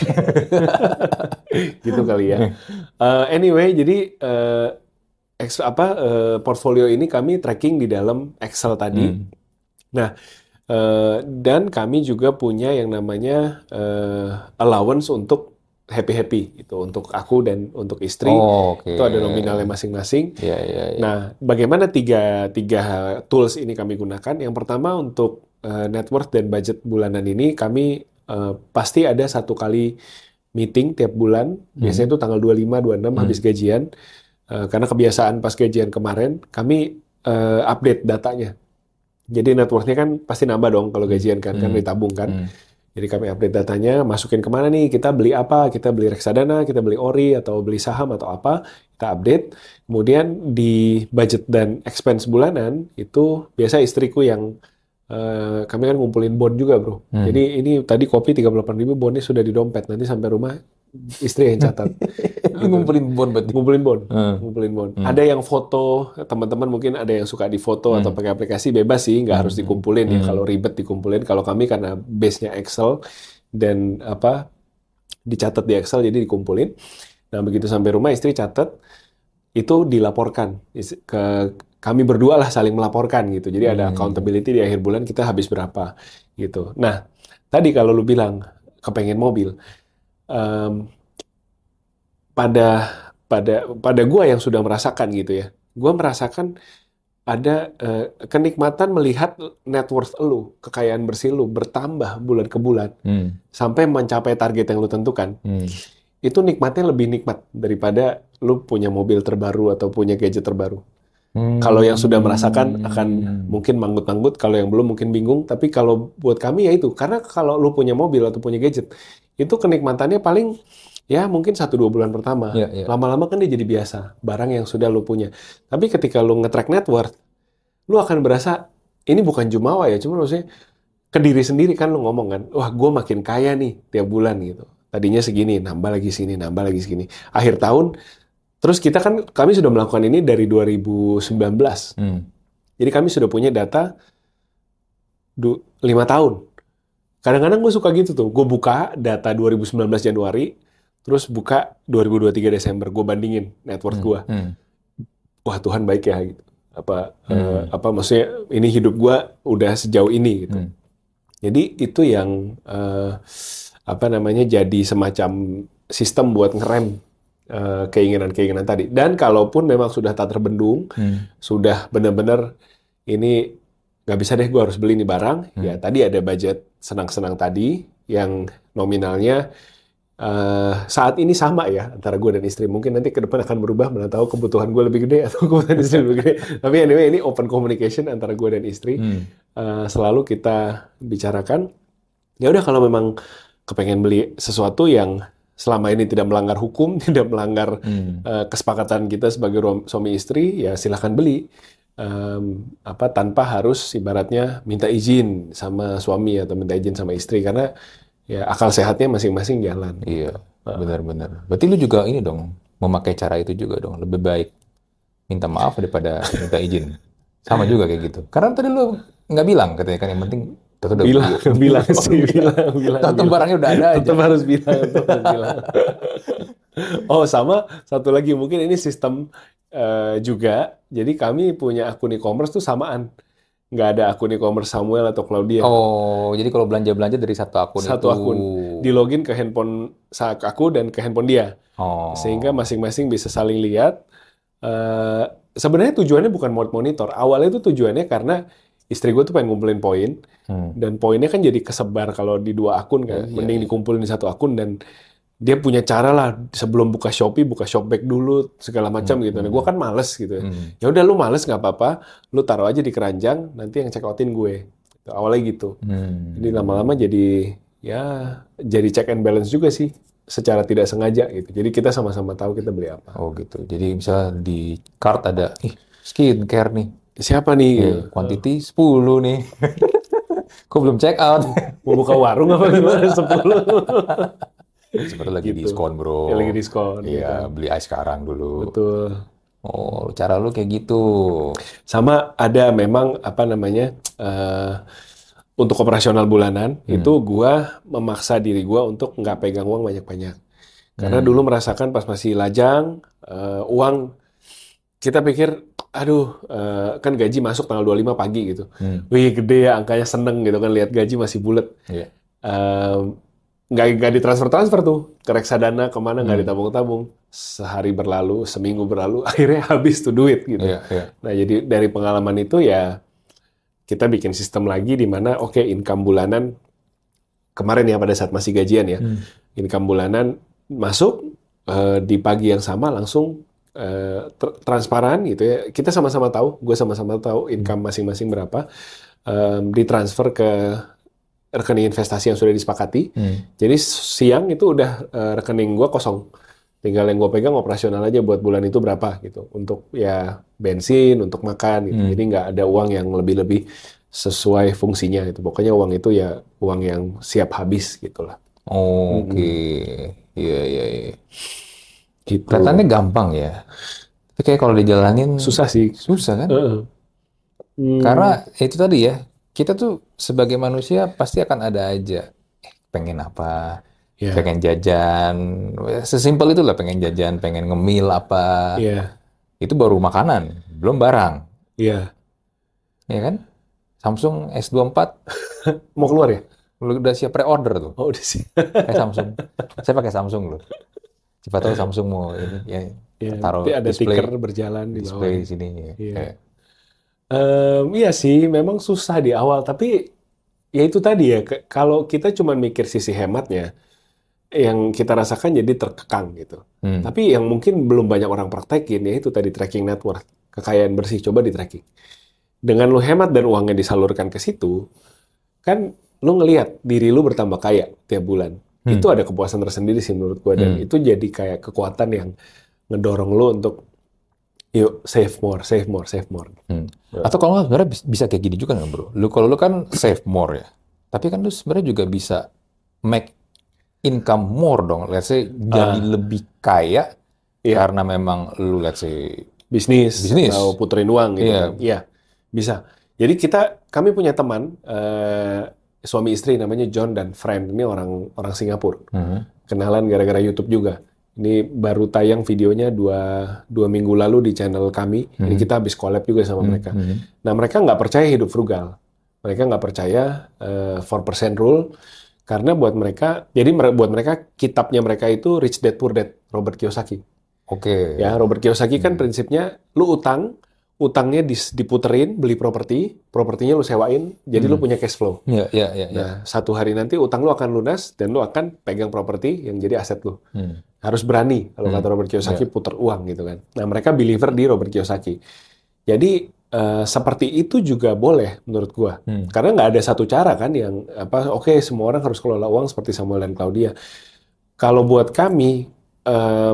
B: gitu kali ya. Uh, anyway, jadi uh, ex- apa uh, portfolio ini kami tracking di dalam Excel tadi.
A: Hmm.
B: Nah, eh, dan kami juga punya yang namanya eh, allowance untuk happy-happy gitu, untuk aku dan untuk istri.
A: Oh, oke.
B: Itu ada nominalnya masing-masing.
A: Ya, ya, ya.
B: Nah, bagaimana tiga, tiga tools ini kami gunakan? Yang pertama untuk eh, net worth dan budget bulanan ini, kami eh, pasti ada satu kali meeting tiap bulan. Biasanya itu tanggal dua puluh lima, dua puluh enam
A: Hmm.
B: habis gajian. Eh, karena kebiasaan pas gajian kemarin, kami eh, update datanya. Jadi net worth-nya kan pasti nambah dong kalau gajian kan, kan
A: Hmm.
B: ditabung kan.
A: Hmm.
B: Jadi kami update datanya, masukin kemana nih, kita beli apa, kita beli reksadana, kita beli ori, atau beli saham, atau apa, kita update. Kemudian di budget dan expense bulanan, itu biasa istriku yang, eh, kami kan ngumpulin bond juga bro.
A: Hmm.
B: Jadi ini tadi kopi tiga puluh delapan ribu, bondnya sudah di dompet, nanti sampai rumah istri yang catat.
A: Lu ngumpulin bond berarti.
B: Ngumpulin bond,
A: Hmm.
B: ngumpulin bond.
A: Hmm.
B: Ada yang foto, teman-teman mungkin ada yang suka di foto atau
A: Hmm.
B: pakai aplikasi, bebas sih, nggak
A: Hmm.
B: harus dikumpulin ya.
A: Hmm.
B: Kalau ribet dikumpulin, kalau kami karena base-nya Excel dan apa dicatat di Excel jadi dikumpulin. Nah begitu sampai rumah istri catat, itu dilaporkan is- ke kami berdua lah saling melaporkan gitu. Jadi ada
A: Hmm.
B: accountability di akhir bulan kita habis berapa gitu. Nah, tadi kalau lu bilang kepengen mobil, em, pada pada pada gua yang sudah merasakan gitu ya, gua merasakan ada eh, kenikmatan melihat net worth lu, kekayaan bersih lu bertambah bulan ke bulan
A: Hmm.
B: sampai mencapai target yang lu tentukan.
A: Hmm.
B: Itu nikmatnya lebih nikmat daripada lu punya mobil terbaru atau punya gadget terbaru.
A: Hmm.
B: Kalau yang sudah merasakan akan mungkin manggut-manggut, kalau yang belum mungkin bingung. Tapi kalau buat kami ya itu, karena kalau lu punya mobil atau punya gadget, itu kenikmatannya paling ya mungkin satu dua bulan pertama.
A: Iya, iya.
B: Lama-lama kan dia jadi biasa, barang yang sudah lu punya. Tapi ketika lu nge-track net worth, lu akan berasa ini bukan jumawa ya, cuma maksudnya ke diri sendiri kan lu ngomong kan, wah gue makin kaya nih tiap bulan gitu. Tadinya segini, nambah lagi sini, nambah lagi segini. Akhir tahun, terus kita kan, kami sudah melakukan ini dari dua ribu sembilan belas.
A: Hmm.
B: Jadi kami sudah punya data du- lima tahun. Kadang-kadang gue suka gitu tuh, gue buka data dua ribu sembilan belas Januari, terus buka dua ribu dua puluh tiga Desember, gue bandingin net worth gue.
A: Hmm.
B: Wah Tuhan baik ya gitu. Apa,
A: Hmm.
B: eh, apa maksudnya ini hidup gue udah sejauh ini gitu.
A: Hmm.
B: Jadi itu yang eh, apa namanya jadi semacam sistem buat ngerem eh, keinginan-keinginan tadi. Dan kalaupun memang sudah tak terbendung,
A: Hmm.
B: sudah benar-benar ini nggak bisa deh gue harus beli nih barang,
A: Hmm.
B: ya tadi ada budget senang-senang tadi yang nominalnya eh, saat ini sama ya antara gue dan istri. Mungkin nanti ke depan akan berubah, mana tahu kebutuhan gue lebih gede atau kebutuhan istri lebih gede. Tapi anyway ini open communication antara gue dan istri.
A: Hmm.
B: Eh, selalu kita bicarakan. Ya udah kalau memang kepengen beli sesuatu yang selama ini tidak melanggar hukum, tidak melanggar
A: Hmm.
B: eh, kesepakatan kita sebagai rom- suami istri, ya silahkan beli. Em, apa tanpa harus ibaratnya minta izin sama suami atau minta izin sama istri karena ya akal sehatnya masing-masing jalan.
A: Iya, benar-benar. Berarti lu juga ini dong, memakai cara itu juga dong. Lebih baik minta maaf daripada minta izin. Sama juga kayak gitu. Karena tadi lu nggak bilang katanya kan, yang penting tetap udah
B: Bilang,
A: beli.
B: bilang sih, bilang, bilang.
A: Tetap
B: bilang.
A: barangnya udah ada aja.
B: Tetap harus bilang, tetap harus bilang. Oh, sama satu lagi mungkin ini sistem eh, juga. Jadi kami punya akun e-commerce tuh samaan. Nggak ada akun e-commerce Samuel atau Claudia.
A: Oh, jadi kalau belanja-belanja dari satu akun
B: Satu
A: itu.
B: akun. Di login ke handphone sa- aku dan ke handphone dia.
A: Oh.
B: Sehingga masing-masing bisa saling lihat. Eh, sebenarnya tujuannya bukan buat monitor. Awalnya itu tujuannya karena istri gue tuh pengen ngumpulin poin.
A: Hmm.
B: Dan poinnya kan jadi kesebar kalau di dua akun kan.
A: Iya,
B: Mending
A: iya.
B: dikumpulin di satu akun dan dia punya cara lah sebelum buka Shopee, buka Shopback dulu segala macam gitu. Nah, gue kan males gitu ya.
A: Hmm.
B: Ya udah lu males nggak apa-apa, lu taruh aja di keranjang, nanti yang check outin gue. Gitu. Awalnya gitu.
A: Hmm.
B: Jadi lama-lama jadi ya jadi check and balance juga sih secara tidak sengaja gitu. Jadi kita sama-sama tahu kita beli apa.
A: Oh gitu. Jadi misalnya di cart ada, ih skincare nih.
B: Siapa nih?
A: Eh, quantity sepuluh nih. Kok belum check out?
B: Mau buka warung apa gimana? sepuluh.
A: Sebenarnya lagi
B: Gitu.
A: diskon bro.
B: Ya, lagi diskon.
A: Iya,
B: gitu.
A: beli ice sekarang dulu.
B: Betul.
A: Oh, cara lu kayak gitu.
B: Sama ada memang apa namanya eh, untuk operasional bulanan
A: Hmm.
B: itu gua memaksa diri gua untuk nggak pegang uang banyak-banyak. Karena
A: Hmm.
B: dulu merasakan pas masih lajang eh, uang kita pikir aduh eh, kan gaji masuk tanggal dua puluh lima pagi gitu.
A: Hmm.
B: Wih gede ya angkanya seneng gitu kan lihat gaji masih bulat.
A: Iya.
B: Em, nggak nggak ditransfer-transfer tuh ke reksadana kemana nggak
A: Hmm.
B: ditabung-tabung. Sehari berlalu, seminggu berlalu, akhirnya habis tuh duit gitu.
A: Iya, iya.
B: Nah, jadi dari pengalaman itu ya kita bikin sistem lagi di mana oke income bulanan kemarin ya pada saat masih gajian ya.
A: Hmm.
B: Income bulanan masuk eh, di pagi yang sama langsung eh, tr- transparan gitu ya. Kita sama-sama tahu, gue sama-sama tahu income masing-masing berapa. Em, ditransfer ke rekening investasi yang sudah disepakati.
A: Hmm.
B: Jadi siang itu udah eh, rekening gue kosong. Tinggal yang gue pegang operasional aja buat bulan itu berapa gitu. Untuk ya bensin, untuk makan gitu.
A: Hmm.
B: Jadi nggak ada uang yang lebih-lebih sesuai fungsinya gitu. Pokoknya uang itu ya uang yang siap habis gitu lah.
A: Oh, oke. Iya, iya, iya.
B: Gitu.
A: Kelihatannya gampang ya. Tapi kayak kalau dijalanin
B: Susah sih.
A: susah kan?
B: Heeh. Hmm,
A: Karena itu tadi ya, kita tuh sebagai manusia pasti akan ada aja eh, pengen apa,
B: ya,
A: pengen jajan, sesimpel itulah pengen jajan, pengen ngemil apa.
B: ya,
A: Itu baru makanan, belum barang.
B: Iya.
A: ya kan? Samsung S dua puluh empat
B: Mau keluar ya?
A: udah siap pre-order tuh,
B: Oh, udah sih.
A: kayak Samsung. Saya pakai Samsung loh. Siapa tahu Samsung mau ini ya
B: Ya, nanti
A: taruh
B: ada
A: display
B: tiker berjalan di bawah.
A: display di sini ya.
B: Iya.
A: Kayak,
B: Em, iya sih, memang susah di awal. Tapi ya itu tadi ya, ke- kalau kita cuma mikir sisi hematnya, yang kita rasakan jadi terkekang gitu.
A: hmm.
B: Tapi yang mungkin belum banyak orang praktekin, ya itu tadi tracking net worth. Kekayaan bersih, coba di tracking. Dengan lu hemat dan uangnya disalurkan ke situ, kan lu ngelihat diri lu bertambah kaya tiap bulan.
A: Hmm.
B: Itu ada kepuasan tersendiri sih menurut gua. Dan
A: Hmm.
B: itu jadi kayak kekuatan yang ngedorong lu untuk yuk save more, save more, save more.
A: Hmm. Atau kalau nggak sebenarnya bis- bisa kayak gini juga nggak bro? Lu kalau lu kan save more ya, tapi kan lu sebenarnya juga bisa make income more dong. Let's say jadi
B: Ah.
A: lebih kaya
B: Iya.
A: karena memang lu let's say
B: Bisnis,
A: Bisnis.
B: atau puterin uang gitu
A: Iya.
B: kan. Iya, bisa. Jadi kita, kami punya teman, eh, suami istri namanya John dan Friend. Ini orang orang Singapura.
A: Hmm.
B: Kenalan gara-gara YouTube juga. Ini baru tayang videonya dua, dua minggu lalu di channel kami. Jadi
A: Hmm.
B: kita habis collab juga sama
A: Hmm.
B: mereka.
A: Hmm.
B: Nah, mereka nggak percaya hidup frugal. Mereka nggak percaya eh, four percent rule. Karena buat mereka, jadi mere- buat mereka, kitabnya mereka itu Rich Dad Poor Dad, Robert Kiyosaki.
A: Oke.
B: Ya, Robert Kiyosaki kan
A: Hmm.
B: prinsipnya, lu utang, utangnya dis- diputerin, beli properti, propertinya lu sewain, jadi lu
A: Hmm.
B: punya cash flow.
A: Ya, ya, ya, ya.
B: Nah, satu hari nanti utang lu akan lunas, dan lu akan pegang properti yang jadi aset lu.
A: Hmm.
B: Harus berani, kalau
A: Hmm.
B: kata Robert Kiyosaki,
A: Ya.
B: puter uang gitu kan. Nah, mereka believer di Robert Kiyosaki. Jadi, eh, seperti itu juga boleh menurut gua.
A: Hmm.
B: Karena nggak ada satu cara kan yang, apa, oke semua orang harus kelola uang seperti Samuel dan Claudia. Kalau buat kami, em,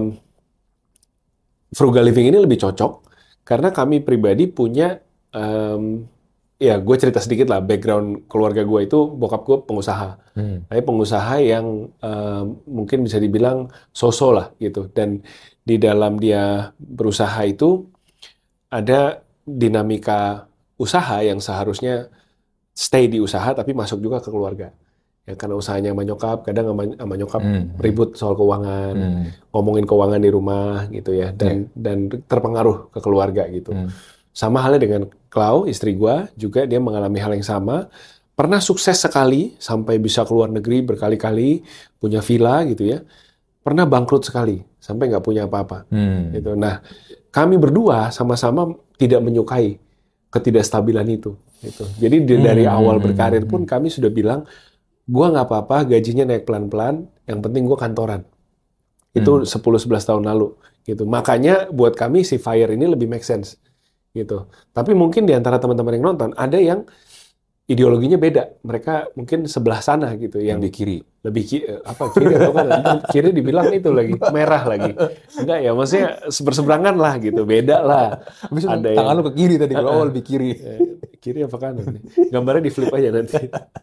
B: frugal living ini lebih cocok karena kami pribadi punya, em, ya gue cerita sedikit lah, background keluarga gue itu bokap gue pengusaha.
A: Hmm.
B: Tapi pengusaha yang em, mungkin bisa dibilang so-so lah gitu. Dan di dalam dia berusaha itu ada dinamika usaha yang seharusnya stay di usaha tapi masuk juga ke keluarga. Ya karena usahanya sama nyokap, kadang sama, sama nyokap
A: Hmm.
B: ribut soal keuangan,
A: Hmm.
B: ngomongin keuangan di rumah gitu ya, dan dan terpengaruh ke keluarga gitu.
A: Hmm.
B: Sama halnya dengan Clau, istri gua, juga dia mengalami hal yang sama. Pernah sukses sekali sampai bisa keluar negeri berkali-kali, punya villa gitu ya. Pernah bangkrut sekali sampai nggak punya apa-apa.
A: Hmm.
B: Gitu. Nah, kami berdua sama-sama tidak menyukai ketidakstabilan itu. Gitu. Jadi di- dari
A: Hmm,
B: awal
A: hmm,
B: berkarir
A: hmm,
B: pun kami sudah bilang, gua nggak apa-apa, gajinya naik pelan-pelan, yang penting gua kantoran. Itu
A: Hmm.
B: sepuluh sebelas tahun lalu. Gitu. Makanya buat kami si FIRE ini lebih make sense. Gitu. Tapi mungkin di antara teman-teman yang nonton, ada yang ideologinya beda. Mereka mungkin sebelah sana gitu, yang
A: Lebih kiri.
B: lebih ki- eh, apa kiri atau kanan? Kiri dibilang itu lagi merah lagi. Enggak ya, maksudnya seberseberangan lah gitu, beda lah.
A: Habis itu
B: Ada
A: tangan
B: yang
A: lu ke kiri tadi, kalau awal lebih kiri.
B: eh, kiri apa kanan? Gambarnya di flip aja nanti.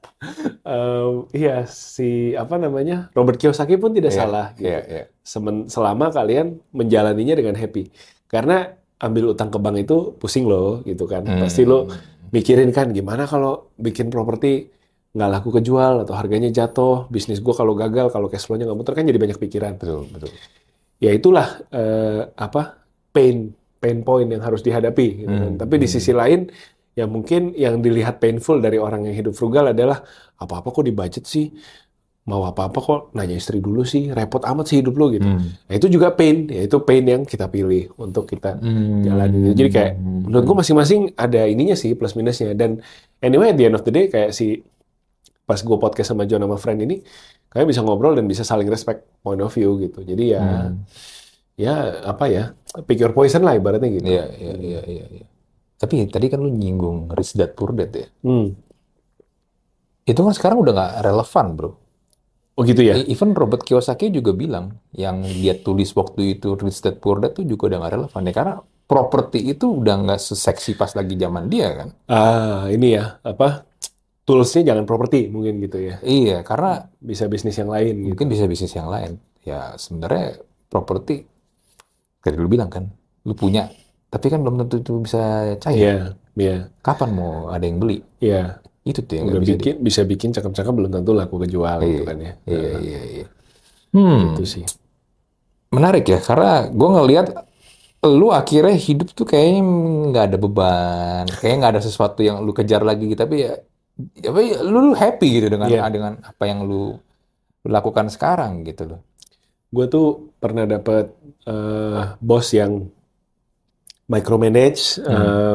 B: Em, iya, si apa namanya, Robert Kiyosaki pun tidak
A: Iya,
B: salah gitu.
A: iya, iya.
B: Semen- selama kalian menjalaninya dengan happy. Karena ambil utang ke bank itu pusing loh gitu kan.
A: Hmm.
B: Pasti lo mikirin kan, gimana kalau bikin properti nggak laku kejual atau harganya jatuh, bisnis gue kalau gagal, kalau cash flow-nya nggak muter, kan jadi banyak pikiran.
A: Betul, betul.
B: Ya itulah eh, apa pain pain point yang harus dihadapi gitu kan.
A: Hmm,
B: Tapi di
A: hmm.
B: sisi lain, ya mungkin yang dilihat painful dari orang yang hidup frugal adalah, apa-apa kok dibudget sih, mau apa-apa kok nanya istri dulu sih, repot amat sih hidup lo gitu.
A: Hmm.
B: Nah, itu juga pain, ya itu pain yang kita pilih untuk kita
A: Hmm.
B: jalanin. Jadi kayak menurut gue masing-masing ada ininya sih, plus minusnya. Dan anyway at the end of the day, kayak si pas gue podcast sama John sama Friend ini, kayak bisa ngobrol dan bisa saling respect point of view gitu. Jadi ya
A: Hmm.
B: ya apa ya, pick your poison lah ibaratnya gitu.
A: Iya, iya, iya, iya, iya. Tapi tadi kan lu nyinggung Rich Dad Poor Dad ya.
B: Hmm.
A: Itu kan sekarang udah nggak relevan, bro.
B: Oh gitu ya.
A: E- Even Robert Kiyosaki juga bilang yang dia tulis waktu itu Rich Dad Poor Dad tuh juga udah nggak relevan ya, karena properti itu udah nggak seseksi pas lagi zaman dia kan.
B: Ah ini ya apa, toolsnya jangan properti mungkin gitu ya.
A: Iya, karena
B: Bisa bisnis yang lain gitu.
A: mungkin bisa bisnis yang lain. Ya sebenarnya properti, kayak lu bilang kan, lu punya, tapi kan belum tentu itu bisa cair.
B: Iya, iya,
A: Kapan mau ada yang beli?
B: iya.
A: Itu tuh yang
B: Udah
A: nggak bisa
B: bikin bisa bikin cakep-cakep belum tentu laku kejual
A: di-
B: gitu
A: Iya,
B: kan ya.
A: iya,
B: Nah,
A: iya, iya. Hmm,
B: itu sih.
A: menarik ya, karena gue ngelihat lu akhirnya hidup tuh kayaknya nggak ada beban, kayaknya nggak ada sesuatu yang lu kejar lagi gitu. Tapi ya, ya apa ya, lu, lu happy gitu dengan
B: Iya,
A: dengan apa yang lu, lu lakukan sekarang gitu loh.
B: gue tuh pernah dapet eh, bos yang micromanage,
A: Hmm.
B: eh,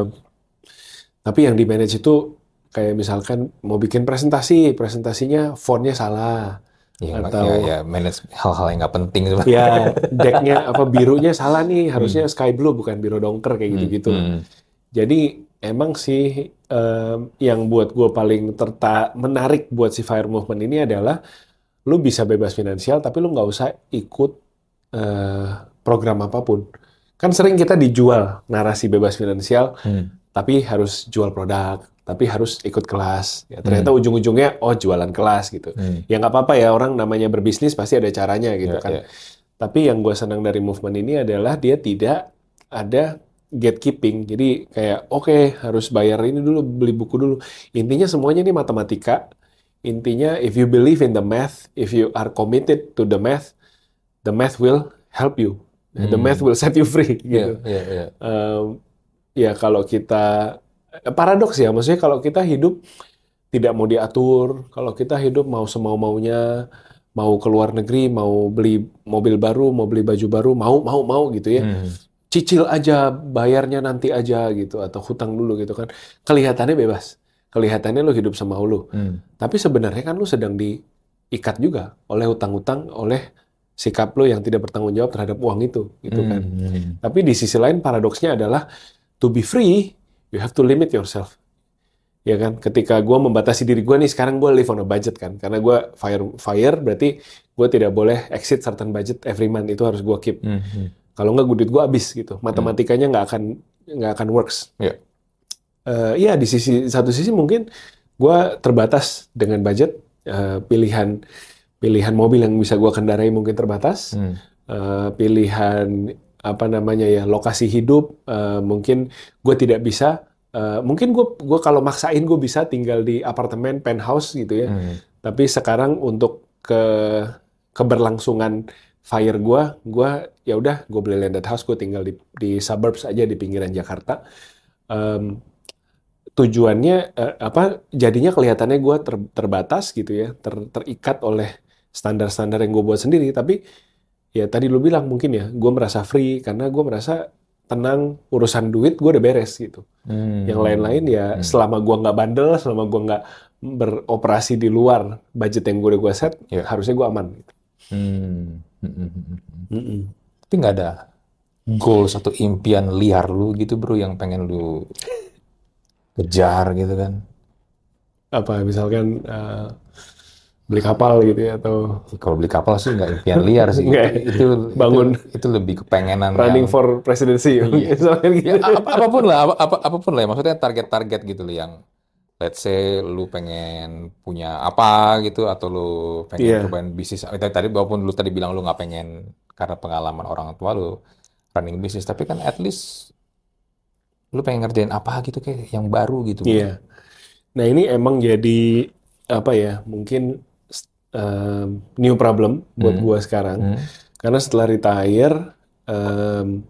B: tapi yang di manage itu kayak misalkan mau bikin presentasi, presentasinya fontnya salah,
A: Ya, nggak- ya, ya
B: atau
A: manage hal-hal yang nggak penting sebenarnya.
B: ya decknya apa birunya salah nih, harusnya
A: Hmm.
B: sky blue bukan biru dongker kayak
A: Hmm.
B: gitu-gitu lah.
A: Hmm.
B: Jadi emang sih em, yang buat gue paling terta menarik buat si Fire Movement ini adalah lu bisa bebas finansial tapi lu nggak usah ikut eh, program apapun. Kan sering kita dijual narasi bebas finansial,
A: Hmm.
B: tapi harus jual produk, tapi harus ikut kelas. Ya, ternyata
A: Hmm.
B: ujung-ujungnya, oh jualan kelas gitu.
A: Hmm.
B: Ya nggak apa-apa ya, orang namanya berbisnis pasti ada caranya gitu
A: Ya,
B: kan.
A: ya.
B: Tapi yang gue senang dari movement ini adalah dia tidak ada gatekeeping. Jadi kayak, oke harus bayar ini dulu, beli buku dulu. Intinya semuanya ini matematika. Intinya if you believe in the math, if you are committed to the math, the math will help you. The math
A: Hmm.
B: will set you free
A: Ya,
B: gitu.
A: ya, ya.
B: Em, ya kalau kita eh, paradoks ya, maksudnya kalau kita hidup tidak mau diatur, kalau kita hidup mau semau-maunya, mau ke luar negeri, mau beli mobil baru, mau beli baju baru, mau mau mau gitu ya,
A: Hmm.
B: cicil aja, bayarnya nanti aja gitu, atau hutang dulu gitu kan, kelihatannya bebas, kelihatannya lu hidup semau lu,
A: Hmm.
B: tapi sebenarnya kan lu sedang diikat juga oleh hutang-hutang, oleh sikap lu yang tidak bertanggung jawab terhadap uang itu, gitu kan.
A: Hmm.
B: Tapi di sisi lain paradoksnya adalah to be free, you have to limit yourself. Ya kan, ketika gue membatasi diri gue nih, sekarang gue live on a budget kan, karena gue fire fire berarti gue tidak boleh exceed certain budget every month, itu harus gue keep.
A: Hmm. Hmm.
B: Kalau nggak duit gue habis gitu, matematikanya nggak akan nggak akan works.
A: Ya.
B: Eh, Iya, di sisi satu sisi mungkin gue terbatas dengan budget, eh, pilihan pilihan mobil yang bisa gue kendarai mungkin terbatas.
A: Hmm.
B: Eh, pilihan apa namanya ya lokasi hidup eh, mungkin gue tidak bisa. Eh, mungkin gue gue kalau maksain gue bisa tinggal di apartemen penthouse gitu ya.
A: Hmm.
B: Tapi sekarang untuk ke keberlangsungan fire gue, gue ya udah gue beli landed house, gue tinggal di di suburbs aja di pinggiran Jakarta. Em, tujuannya eh, apa? Jadinya kelihatannya gue ter- terbatas gitu ya, ter- terikat oleh standar-standar yang gue buat sendiri. Tapi ya tadi lu bilang mungkin ya, gue merasa free karena gue merasa tenang, urusan duit gue udah beres gitu.
A: Hmm.
B: Yang lain-lain ya
A: Hmm.
B: selama gue nggak bandel, selama gue nggak beroperasi di luar budget yang gue udah gue set,
A: Ya.
B: harusnya gue aman. Gitu.
A: Hmm. Hmm. Hmm. Hmm.
B: Mm-mm.
A: Tapi nggak ada goals atau impian liar lu gitu bro yang pengen lu kejar gitu kan?
B: Apa misalkan eh, beli kapal gitu ya atau
A: Kalau beli kapal sih nggak impian liar sih.
B: Nggak,
A: Itu, itu,
B: bangun.
A: itu, itu lebih kepengenan
B: running
A: yang
B: for presidency
A: Iya.
B: misalkan gitu.
A: ya, apa, apapun lah, apa, apa- apapun lah. Ya. Maksudnya target-target gitu loh yang let's say lu pengen punya apa gitu atau lu pengen
B: Iya.
A: cobain bisnis. Eh, Tadi tadi walaupun lu tadi bilang lu nggak pengen karena pengalaman orang tua lu running bisnis, tapi kan at least lu pengen ngerjain apa gitu kayak yang baru gitu. bro.
B: Iya. Nah ini emang jadi apa ya? Mungkin um, new problem buat
A: Hmm.
B: gua sekarang.
A: Hmm.
B: Karena setelah retire, um,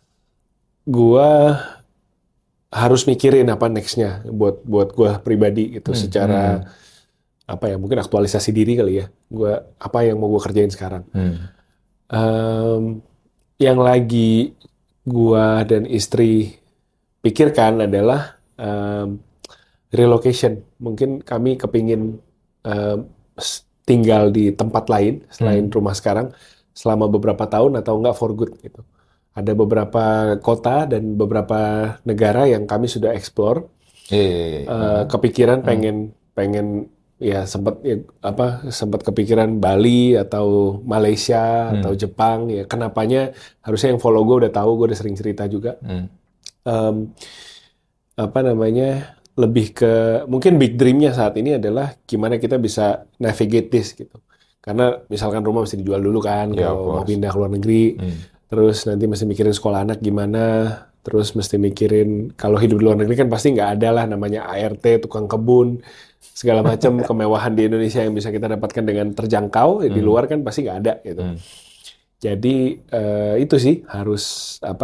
B: gua harus mikirin apa nextnya buat buat gua pribadi gitu.
A: Hmm.
B: Secara
A: Hmm.
B: apa ya? Mungkin aktualisasi diri kali ya. Gua apa yang mau gua kerjain sekarang.
A: Hmm.
B: Um, yang lagi gua dan istri pikirkan adalah um, relocation. Mungkin kami kepingin um, s- tinggal di tempat lain selain
A: Hmm.
B: rumah sekarang selama beberapa tahun atau enggak for good gitu. Ada beberapa kota dan beberapa negara yang kami sudah explore.
A: Iya, iya, iya.
B: Uh,
A: Hmm.
B: kepikiran pengen pengen ya sempat ya, apa sempat kepikiran Bali atau Malaysia
A: Hmm.
B: atau Jepang ya. Kenapanya harusnya yang follow gue udah tahu, gue udah sering cerita juga.
A: Hmm.
B: Um, apa namanya lebih ke mungkin big dream-nya saat ini adalah gimana kita bisa navigate this gitu. Karena misalkan rumah mesti dijual dulu kan
A: Yeah, of
B: kalau mau
A: course.
B: pindah ke luar negeri.
A: Hmm.
B: Terus nanti mesti mikirin sekolah anak gimana. Terus mesti mikirin kalau hidup di luar negeri kan pasti nggak ada lah namanya A R T, tukang kebun, segala macam kemewahan di Indonesia yang bisa kita dapatkan dengan terjangkau. Ya, di
A: Hmm.
B: luar kan pasti nggak ada gitu.
A: Hmm.
B: Jadi eh, itu sih harus apa ya?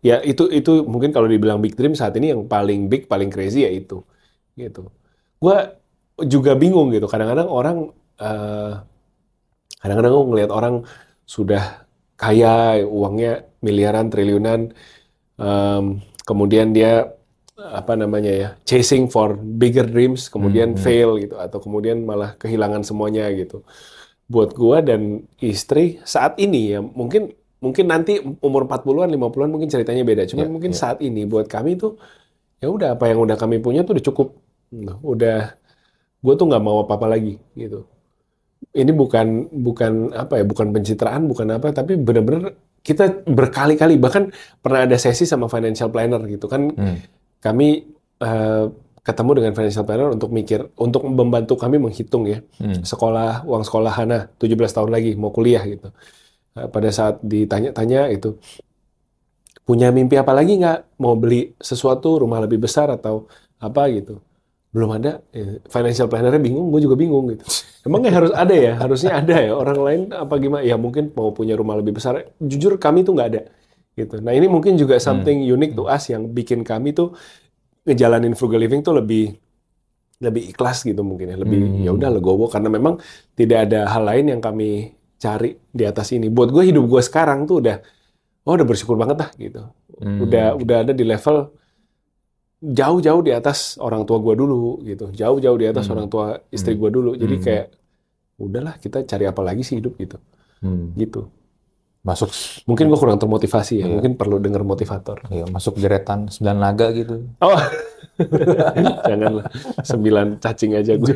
B: Ya itu itu mungkin kalau dibilang big dream saat ini yang paling big, paling crazy ya itu, gitu. Gue juga bingung gitu. Kadang-kadang orang, eh, kadang-kadang gue ngelihat orang sudah kaya, uangnya miliaran, triliunan, em, kemudian dia apa namanya ya, chasing for bigger dreams, kemudian
A: Hmm.
B: fail gitu, atau kemudian malah kehilangan semuanya gitu. Buat gua dan istri saat ini ya, mungkin mungkin nanti umur empat puluhan, lima puluhan mungkin ceritanya beda. Cuman
A: Ya,
B: mungkin
A: ya.
B: saat ini buat kami tuh ya udah apa yang udah kami punya tuh udah cukup. Nah, udah gua tuh nggak mau apa-apa lagi gitu. Ini bukan bukan apa ya, bukan pencitraan, bukan apa, tapi bener-bener kita berkali-kali bahkan pernah ada sesi sama financial planner gitu kan.
A: Hmm.
B: Kami eh, ketemu dengan financial planner untuk mikir, untuk membantu kami menghitung ya,
A: Hmm.
B: sekolah, uang sekolah Hana, tujuh belas tahun lagi, mau kuliah gitu. Eh, pada saat ditanya-tanya itu, punya mimpi apa lagi nggak? Mau beli sesuatu, rumah lebih besar atau apa gitu. Belum ada. Eh, financial planner-nya bingung, gue juga bingung gitu. Emangnya harus ada ya? Harusnya ada ya? Orang lain apa gimana? Ya mungkin mau punya rumah lebih besar. Jujur kami tuh nggak ada. Gitu. Nah ini mungkin juga
A: Hmm.
B: something unique to us yang bikin kami tuh ngejalanin frugal living tuh lebih lebih ikhlas gitu mungkin ya, lebih ya udah
A: Hmm.
B: legowo karena memang tidak ada hal lain yang kami cari di atas ini. Buat gue hidup gue sekarang tuh udah, oh udah bersyukur banget dah gitu. Udah
A: Hmm.
B: udah ada di level jauh-jauh di atas orang tua gue dulu gitu, jauh-jauh di atas orang
A: Hmm.
B: tua istri
A: Hmm.
B: gue dulu. Jadi
A: Hmm.
B: kayak udahlah kita cari apa lagi sih hidup gitu,
A: Hmm.
B: gitu.
A: Masuk,
B: Mungkin gue kurang termotivasi ya,
A: ya,
B: mungkin perlu denger motivator.
A: ya, masuk deretan sembilan naga gitu.
B: Oh, janganlah sembilan cacing aja gue.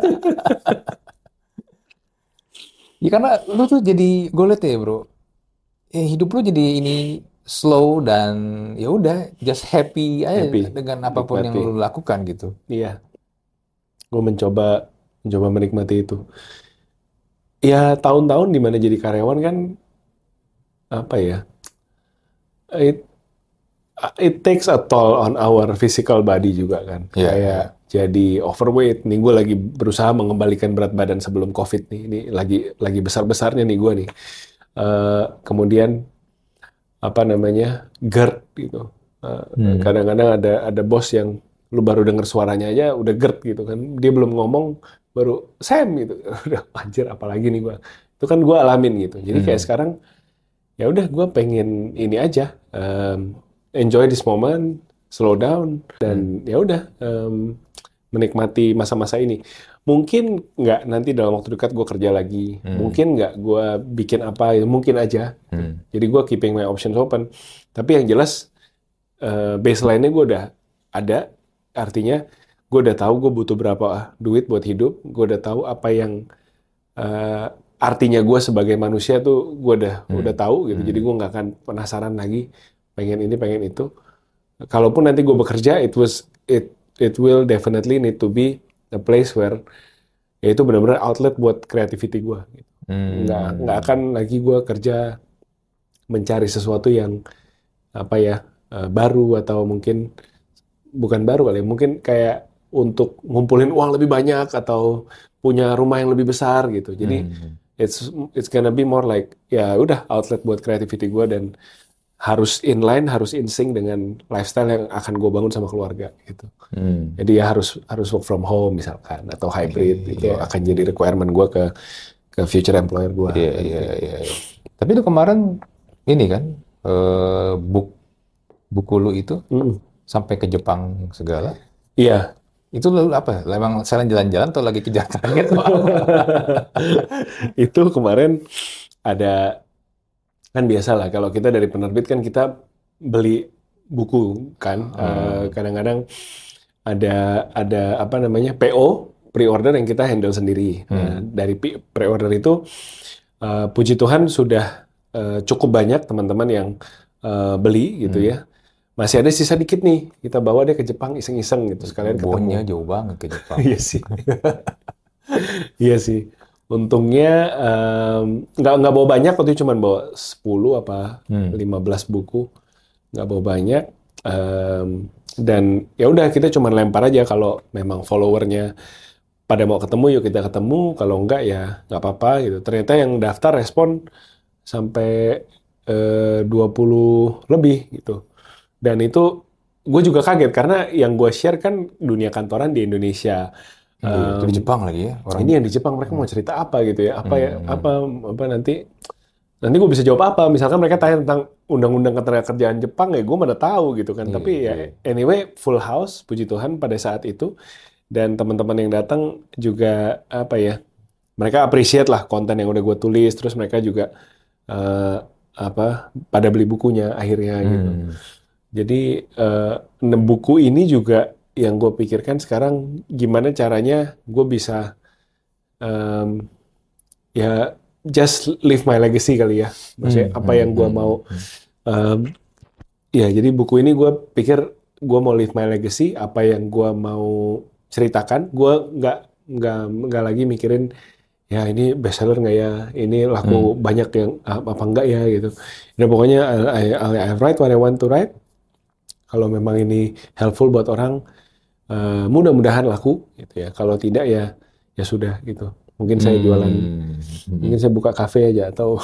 A: Ya karena lu tuh jadi gue liat ya bro, eh, hidup lu jadi ini slow dan ya udah just happy aja
B: Happy,
A: dengan apapun yang
B: nikmati.
A: lu lakukan gitu.
B: Iya, gue mencoba mencoba menikmati itu. Ya tahun-tahun di mana jadi karyawan kan apa ya? It it takes a toll on our physical body juga kan.
A: Iya,
B: Kayak
A: iya.
B: jadi overweight. Nih gue lagi berusaha mengembalikan berat badan sebelum COVID nih. Ini lagi lagi besar-besarnya nih gue nih. Eh, kemudian apa namanya, GERD gitu. Eh,
A: Hmm.
B: kadang-kadang ada ada bos yang lu baru denger suaranya aja udah GERD gitu kan. Dia belum ngomong baru Sam gitu. Udah anjir apalagi nih gua. Itu kan gua alamin gitu. Jadi kayak
A: Hmm.
B: sekarang ya udah gua pengen ini aja, em, enjoy this moment, slow down
A: Hmm.
B: dan ya udah, em, menikmati masa-masa ini. Mungkin nggak nanti dalam waktu dekat gue kerja lagi.
A: Hmm.
B: Mungkin nggak gue bikin apa, ya mungkin aja.
A: Hmm.
B: Jadi gue keeping my options open. Tapi yang jelas eh, baseline-nya gue udah ada. Artinya gue udah tahu gue butuh berapa duit buat hidup. Gue udah tahu apa yang eh, artinya gue sebagai manusia tuh gue udah udah
A: Hmm.
B: tahu gitu. Jadi
A: Hmm.
B: gue nggak akan penasaran lagi pengen ini pengen itu. Kalaupun nanti gue bekerja, it was it it will definitely need to be a place where ya itu benar-benar outlet buat creativity gue. Gitu. Nggak nggak
A: Hmm.
B: akan lagi gue kerja mencari sesuatu yang apa ya, eh, baru atau mungkin bukan baru kali ya, mungkin kayak untuk ngumpulin uang lebih banyak atau punya rumah yang lebih besar gitu. Jadi
A: Hmm.
B: it's it's gonna be more like ya udah outlet buat creativity gue dan harus inline, harus in sync dengan lifestyle yang akan gue bangun sama keluarga gitu.
A: Hmm.
B: Jadi ya harus harus work from home misalkan atau hybrid itu
A: Iya.
B: akan jadi requirement gue ke ke future employer gue.
A: Iya, iya, iya, iya. Tapi itu kemarin ini kan eh, buk, buku lu itu sampai ke Jepang segala.
B: Iya.
A: Itu lu apa? Emang selain jalan-jalan atau lagi kejar target? atau apa?
B: Itu kemarin ada, kan biasa lah kalau kita dari penerbit kan kita beli buku kan.
A: Hmm.
B: Eh, kadang-kadang ada ada apa namanya P O pre-order yang kita handle sendiri. Nah,
A: Hmm.
B: dari pi- pre-order itu eh, puji Tuhan sudah eh, cukup banyak teman-teman yang eh, beli gitu
A: Hmm.
B: ya. Masih ada sisa dikit nih. Kita bawa dia ke Jepang iseng-iseng gitu sekalian
A: Bonnya
B: ketemu.
A: jauh banget ke Jepang.
B: Iya sih. Iya sih. Untungnya em, nggak nggak bawa banyak, waktu itu cuma bawa sepuluh apa
A: Hmm.
B: lima belas buku. Nggak bawa banyak. Em, dan ya udah kita cuma lempar aja kalau memang followernya pada mau ketemu yuk kita ketemu, kalau enggak ya nggak apa-apa gitu. Ternyata yang daftar respon sampai eh, dua puluh lebih gitu. Dan itu gue juga kaget karena yang gue share kan dunia kantoran di Indonesia.
A: Iya, itu di
B: Um,
A: Jepang lagi ya orang.
B: ini yang di Jepang mereka mau cerita apa gitu ya? Apa ya?
A: Hmm.
B: Apa apa nanti? Nanti gue bisa jawab apa? Misalkan mereka tanya tentang undang-undang ketenagakerjaan Jepang, ya gue mana tahu gitu kan.
A: Iya,
B: Tapi ya
A: iya.
B: anyway, full house, puji Tuhan pada saat itu. Dan teman-teman yang datang juga apa ya? Mereka appreciate lah konten yang udah gue tulis. Terus mereka juga eh, apa? Pada beli bukunya akhirnya gitu.
A: Hmm.
B: Jadi eh, buku ini juga yang gue pikirkan sekarang gimana caranya gue bisa em, ya just leave my legacy kali ya. Maksudnya
A: Hmm,
B: apa
A: hmm,
B: yang gue
A: hmm,
B: mau
A: hmm.
B: em, ya jadi buku ini gue pikir gue mau leave my legacy, apa yang gue mau ceritakan. Gue nggak nggak nggak lagi mikirin ya ini bestseller nggak ya, ini laku
A: Hmm.
B: banyak yang apa apa enggak ya gitu. Dan pokoknya I, I, I write what I want to write. Kalau memang ini helpful buat orang, eh, mudah-mudahan laku gitu ya. Kalau tidak ya ya sudah gitu. Mungkin saya jualan,
A: Hmm.
B: mungkin
A: Hmm.
B: saya buka kafe aja atau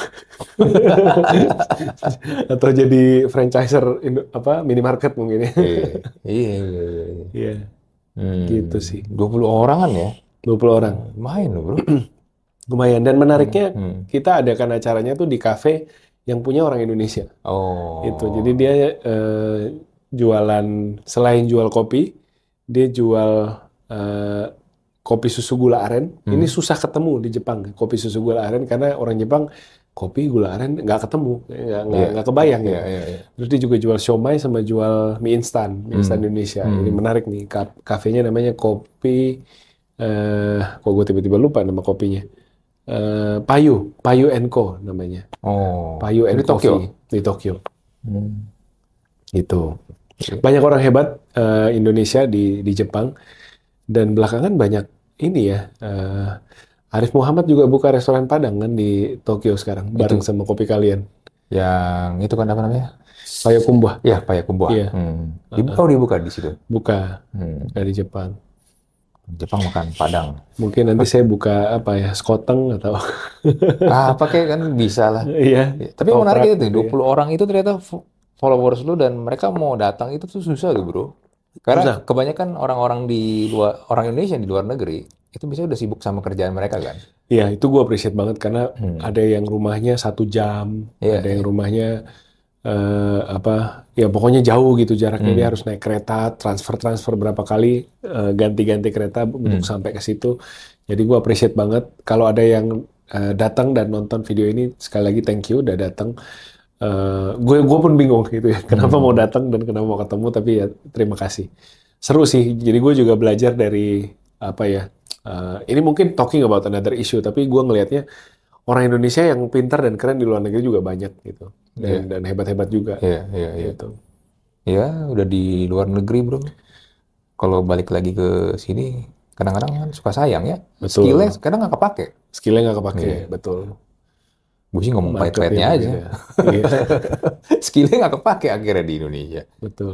B: atau jadi franchiser Indo- apa minimarket mungkin ya.
A: Iya, iya, iya, iya.
B: Iya,
A: Hmm.
B: gitu sih.
A: dua puluh orangan ya?
B: dua puluh orang.
A: Lumayan loh, bro.
B: Lumayan. Dan
A: Hmm.
B: menariknya
A: Hmm.
B: kita adakan acaranya tuh di kafe yang punya orang Indonesia.
A: Oh.
B: Itu. Jadi dia eh, jualan selain jual kopi, dia jual eh, kopi susu gula aren. Ini
A: Hmm.
B: susah ketemu di Jepang, kopi susu gula aren karena orang Jepang kopi gula aren nggak ketemu, nggak nggak
A: Iya,
B: nggak kebayang
A: iya,
B: gitu.
A: iya, iya.
B: Terus dia juga jual siomay sama jual mie instan, mie instan
A: Hmm.
B: Indonesia.
A: Hmm.
B: Ini menarik nih. Ka- Kafenya namanya kopi, eh, kok gue tiba-tiba lupa nama kopinya. Eh, Payu, Payu and Co namanya.
A: Oh.
B: Payu and
A: Di Tokyo.
B: Coffee di Tokyo.
A: Hmm.
B: Gitu.
A: Iya.
B: Banyak orang hebat eh, Indonesia di di Jepang dan belakangan banyak ini ya. eh, Arif Muhammad juga buka restoran Padang kan di Tokyo sekarang bareng
A: Itu
B: sama kopi kalian.
A: yang itu kan apa namanya?
B: Payakumbuh.
A: Ya, Payakumbuh.
B: Iya,
A: Hmm. Di- oh, dibuka di situ.
B: buka
A: Hmm.
B: dari Jepang.
A: Jepang makan Padang.
B: Mungkin nanti saya buka apa ya, skoteng atau
A: Ah, apa kayak kan bisa lah.
B: iya,
A: Ya, tapi yang menarik
B: toprak
A: itu,
B: gitu
A: dua
B: ya.
A: puluh orang itu ternyata fo- followers lu dan mereka mau datang itu tuh susah tuh, bro. Karena
B: Susah.
A: kebanyakan orang-orang di luar, orang Indonesia di luar negeri, itu biasanya udah sibuk sama kerjaan mereka kan.
B: Iya, itu gue appreciate banget karena
A: Hmm.
B: ada yang rumahnya satu jam,
A: Iya,
B: ada yang
A: iya.
B: rumahnya eh, apa, ya pokoknya jauh gitu jaraknya, dia
A: Hmm.
B: harus naik kereta, transfer-transfer berapa kali, eh, ganti-ganti kereta untuk
A: Hmm.
B: sampai ke situ. Jadi gue appreciate banget kalau ada yang eh, datang dan nonton video ini, sekali lagi thank you udah datang. Eh, gue gue pun bingung gitu ya, kenapa mau
A: Hmm.
B: datang dan kenapa mau ketemu, tapi ya terima kasih. Seru sih. Jadi gue juga belajar dari apa ya? eh, ini mungkin talking about another issue, tapi gue ngelihatnya orang Indonesia yang pintar dan keren di luar negeri juga banyak gitu,
A: Iya,
B: dan dan hebat-hebat juga
A: iya, iya, iya.
B: gitu.
A: Ya, udah di luar negeri, bro. Kalau balik lagi ke sini, kadang-kadang kan suka sayang ya. Skillnya
B: Betul.
A: kadang nggak kepake.
B: Skillnya nggak kepake,
A: Iya.
B: betul.
A: Gue sih ngomong
B: Marketnya
A: pahit-pahitnya aja.
B: berbeda. Iya,
A: Skillnya nggak kepake akhirnya di Indonesia.
B: betul.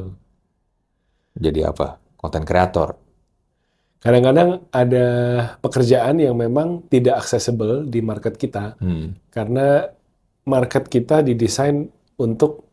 A: Jadi apa? Konten kreator.
B: Kadang-kadang ada pekerjaan yang memang tidak accessible di market kita
A: Hmm.
B: karena market kita didesain untuk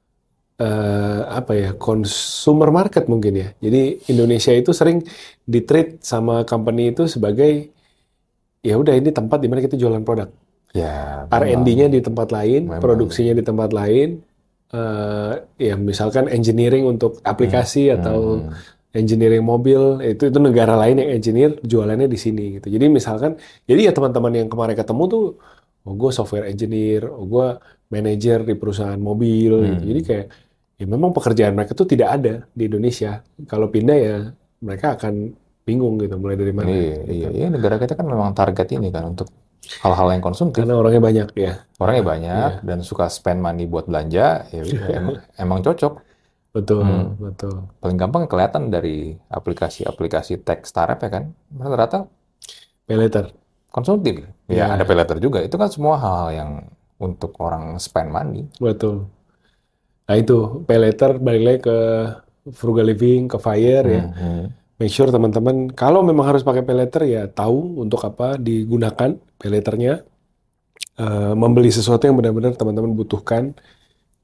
B: eh, apa ya, consumer market mungkin ya. Jadi Indonesia itu sering ditreat sama company itu sebagai ya udah ini tempat di mana kita jualan produk.
A: Ya,
B: R and D-nya
A: memang.
B: di tempat lain,
A: Memang.
B: produksinya di tempat lain. Eh, ya misalkan engineering untuk aplikasi atau
A: Hmm.
B: engineering mobil, itu itu negara lain yang engineer, jualannya di sini gitu. Jadi misalkan, jadi ya teman-teman yang kemarin ketemu tuh, oh gue software engineer, oh gue manajer di perusahaan mobil gitu.
A: Hmm.
B: Jadi kayak ya memang pekerjaan mereka tuh tidak ada di Indonesia. Kalau pindah ya mereka akan bingung gitu, mulai dari mana
A: Iya,
B: gitu.
A: iya, iya. Negara kita kan memang target ini kan untuk hal-hal yang konsumtif.
B: Karena orangnya banyak ya.
A: Orangnya banyak
B: Iya.
A: dan suka spend money buat belanja, ya udah, emang, emang cocok.
B: Betul,
A: Hmm.
B: betul.
A: Paling gampang kelihatan dari aplikasi-aplikasi tech startup ya kan, rata-rata
B: Pay later.
A: konsumtif.
B: Ya,
A: Ya, ada pay later juga. Itu kan semua hal yang untuk orang spend money.
B: betul. Nah itu, pay later balik lagi ke frugal living, ke fire ya.
A: Hmm, hmm.
B: Make sure teman-teman, kalau memang harus pakai pay later ya tahu untuk apa digunakan pay letternya. Eh, membeli sesuatu yang benar-benar teman-teman butuhkan.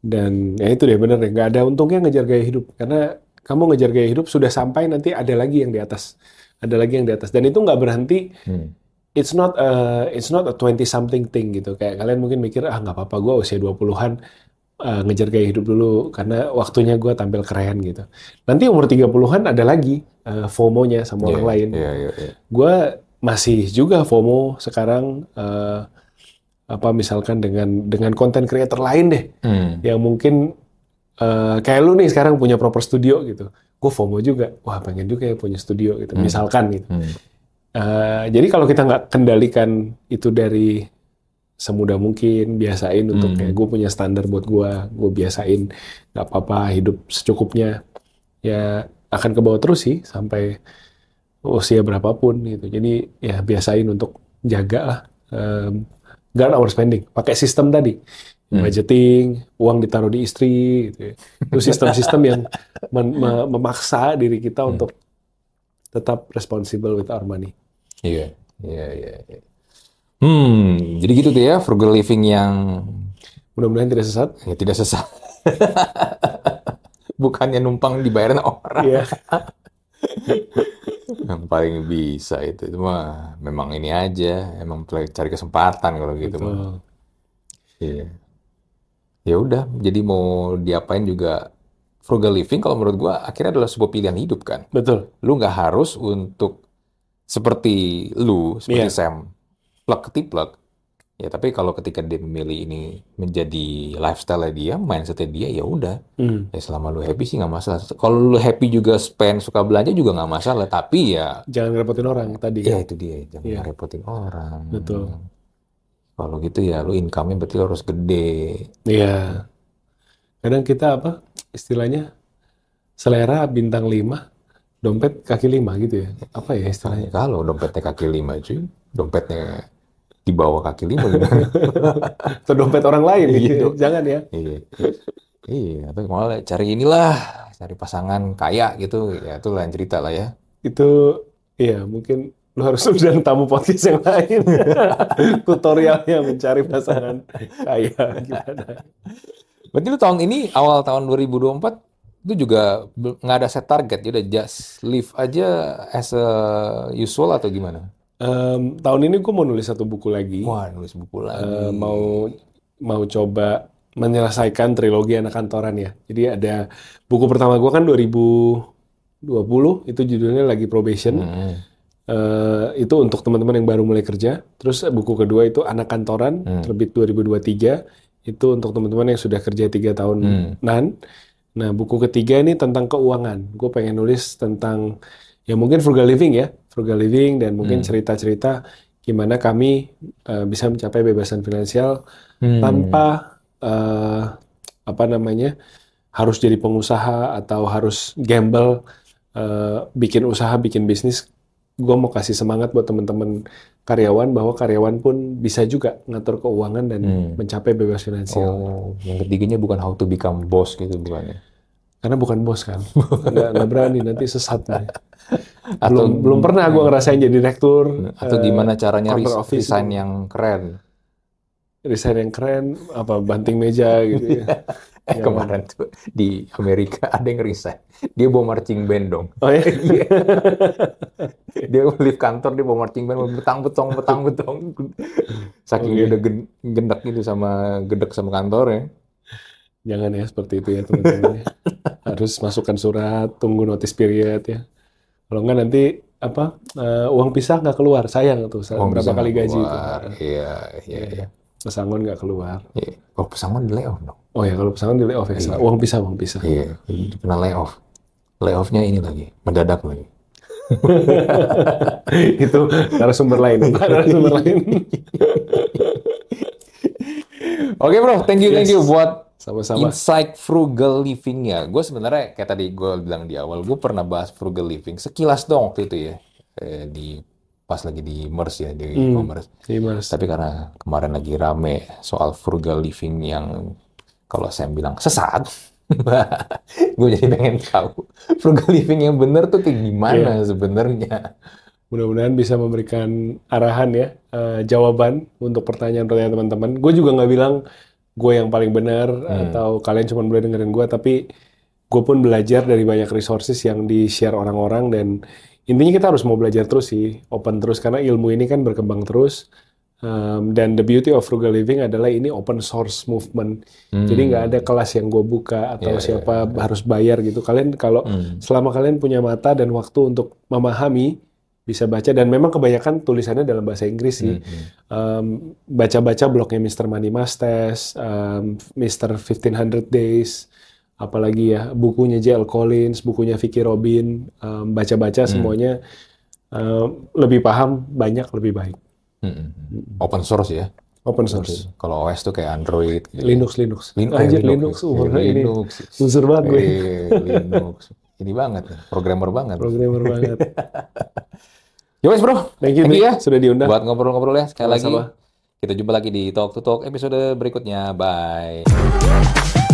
B: Dan ya itu deh bener deh, nggak ada untungnya ngejar gaya hidup. Karena kamu ngejar gaya hidup sudah sampai nanti ada lagi yang di atas. Ada lagi yang di atas. Dan itu nggak berhenti.
A: Hmm.
B: It's not a, it's not a twenty something thing gitu. Kayak kalian mungkin mikir, ah nggak apa-apa gue usia dua puluhan uh, ngejar gaya hidup dulu. Karena waktunya gue tampil keren gitu. Nanti umur tiga puluhan ada lagi uh, FOMO-nya sama
A: Iya,
B: orang lain.
A: iya, iya, iya.
B: Gue masih juga FOMO sekarang, uh, apa misalkan dengan dengan konten creator lain deh.
A: Hmm.
B: Yang mungkin uh, kayak lu nih sekarang punya proper studio gitu. Gue FOMO juga. Wah pengen juga ya punya studio gitu.
A: Hmm.
B: Misalkan gitu.
A: Hmm.
B: Uh, jadi kalau kita nggak kendalikan itu dari semudah mungkin, biasain untuk
A: Hmm.
B: kayak gue punya standar buat gue, gue biasain nggak apa-apa hidup secukupnya, ya akan ke bawah terus sih sampai usia berapapun gitu. Jadi ya biasain untuk jaga lah, um, guard our spending, pakai sistem tadi,
A: Hmm.
B: budgeting, uang ditaruh di istri, gitu ya. Itu sistem-sistem yang men- me- memaksa diri kita
A: Hmm.
B: untuk tetap responsible with our money.
A: Iya, iya, iya. iya. Hmm, jadi gitu tuh ya, frugal living yang
B: Mudah-mudahan tidak sesat.
A: ya tidak sesat. Bukannya numpang dibayarin orang.
B: Iya.
A: Yang paling bisa itu, itu mah memang ini aja, emang play- cari kesempatan kalau gitu mah.
B: Betul.
A: Iya. Ya udah, jadi mau diapain juga frugal living kalau menurut gua akhirnya adalah sebuah pilihan hidup kan.
B: Betul.
A: Lu nggak harus untuk seperti lu, seperti
B: Iya.
A: Sam, plug ketiplek. Ya tapi kalau ketika dia memilih ini menjadi lifestyle dia, mindset dia, ya udah.
B: Hmm.
A: Ya selama lu happy sih nggak masalah. Kalau lu happy juga spend, suka belanja juga nggak masalah. Tapi ya,
B: Jangan ngerepotin orang tadi
A: ya
B: kan.
A: itu dia, jangan
B: Iya.
A: ngerepotin orang.
B: Betul.
A: Kalau gitu ya lu income-nya berarti lu harus gede.
B: Iya. Kadang kita apa istilahnya selera bintang lima, dompet kaki lima gitu ya. Apa ya istilahnya?
A: Kalau dompetnya kaki lima cuy, dompetnya di bawah kaki lima gimana?
B: Atau dompet orang lain
A: Iya,
B: gitu.
A: dong.
B: Jangan ya.
A: Iya, iya. Tapi malah cari inilah, cari pasangan kaya gitu, ya itu lain cerita lah ya.
B: Itu iya mungkin lu harus undang tamu podcast yang lain. Tutorialnya mencari pasangan kaya gimana.
A: Berarti lu tahun ini, awal tahun dua ribu dua puluh empat, itu juga be- nggak ada set target, ya udah just live aja as a usual atau gimana?
B: Em, tahun ini gue mau nulis satu buku lagi.
A: Wah, nulis buku lagi.
B: Eh, mau mau coba menyelesaikan trilogi anak kantoran ya. Jadi ada buku pertama gue kan dua ribu dua puluh, itu judulnya lagi probation.
A: Hmm.
B: Eh, itu untuk teman-teman yang baru mulai kerja. Terus buku kedua itu anak kantoran,
A: Hmm.
B: terbit dua ribu dua puluh tiga. Itu untuk teman-teman yang sudah kerja tiga
A: Hmm.
B: tahunan. Nah, buku ketiga ini tentang keuangan. Gue pengen nulis tentang ya mungkin frugal living ya, frugal living dan mungkin
A: Hmm.
B: cerita-cerita gimana kami eh, bisa mencapai bebasan finansial
A: Hmm.
B: tanpa eh, apa namanya harus jadi pengusaha atau harus gamble, eh, bikin usaha, bikin bisnis. Gue mau kasih semangat buat teman-teman karyawan bahwa karyawan pun bisa juga ngatur keuangan dan
A: Hmm.
B: mencapai bebas finansial.
A: Oh, yang ketiganya bukan how to become boss gitu bukan ya?
B: Karena bukan bos kan, nggak nggak berani nanti sesat nih.
A: Atau
B: Belum belum pernah gue ngerasain jadi direktur.
A: atau
B: eh,
A: gimana caranya
B: corner
A: res-
B: office
A: resign
B: itu.
A: yang keren?
B: Resign yang keren, apa banting meja gitu ya.
A: Eh
B: Jangan.
A: kemarin tuh di Amerika ada yang resign. Dia bawa marching band dong.
B: Oh ya?
A: Dia lift kantor, dia bawa marching band, betang betong betang betong. Saking
B: Oke.
A: dia udah gen- gendek gitu sama gedek sama kantornya.
B: Jangan ya seperti itu ya teman-teman. ya. Harus masukkan surat, tunggu notice period ya. Kalau nggak nanti apa eh, uang pisah nggak keluar, sayang tuh
A: Oh,
B: berapa
A: bisa
B: kali
A: nggak
B: gaji itu.
A: keluar. Iya, iya, iya.
B: Pesangon nggak keluar.
A: Iya. Kalau pesangon di layoff dong.
B: Oh ya kalau pesangon di layoff ya,
A: Iya.
B: uang pisah, uang pisah.
A: Iya, kena layoff. Layoffnya ini lagi, mendadak lagi.
B: Itu narasumber lain, narasumber lain.
A: Oke bro, thank you, thank you
B: Yes.
A: buat
B: Sama-sama.
A: insight frugal living ya. Gue sebenarnya kayak tadi gue bilang di awal, gue pernah bahas frugal living sekilas dong waktu itu ya, eh, di pas lagi di MERS ya, di
B: Hmm.
A: e-commerce.
B: Iya, Mas.
A: Tapi karena kemarin lagi rame soal frugal living yang kalau saya bilang sesat, gue jadi pengen tahu frugal living yang bener tuh kayak gimana sebenarnya.
B: Mudah-mudahan bisa memberikan arahan ya, eh, jawaban untuk pertanyaan-pertanyaan teman-teman. Gue juga nggak bilang gue yang paling benar
A: Hmm.
B: atau kalian cuma boleh dengerin gue, tapi gue pun belajar dari banyak resources yang di-share orang-orang, dan intinya kita harus mau belajar terus sih, open terus, karena ilmu ini kan berkembang terus. Um, dan the beauty of frugal living adalah ini open source movement. Jadi nggak ada
A: Hmm.
B: kelas yang gue buka atau
A: Ya, ya,
B: siapa
A: ya.
B: harus bayar gitu. Kalian kalau
A: Hmm.
B: selama kalian punya mata dan waktu untuk memahami, bisa baca, dan memang kebanyakan tulisannya dalam bahasa Inggris sih.
A: Hmm. Hmm.
B: Um, baca-baca blognya mister Money Mastes, um, mister fifteen hundred Days, apalagi ya bukunya J L Collins, bukunya Vicky Robin, um, baca-baca
A: Hmm.
B: semuanya, um, lebih paham banyak lebih baik.
A: Hmm. Hmm. Open source ya.
B: Open
A: Berarti
B: source.
A: kalau O S tuh kayak Android gitu.
B: Linux, Linux.
A: Lin oh, ya,
B: Anjir,
A: Linux.
B: Linux.
A: Eh,
B: Wah, ini
A: Linux.
B: unsur banget gue.
A: Eh, Linux. Ini banget nih, programmer banget.
B: Programmer banget.
A: Ya wes bro,
B: Thank you,
A: thank you ya
B: sudah diundang.
A: buat ngobrol-ngobrol ya sekali lagi.
B: Sama-sama.
A: Kita jumpa lagi di Talk to Talk episode berikutnya. Bye.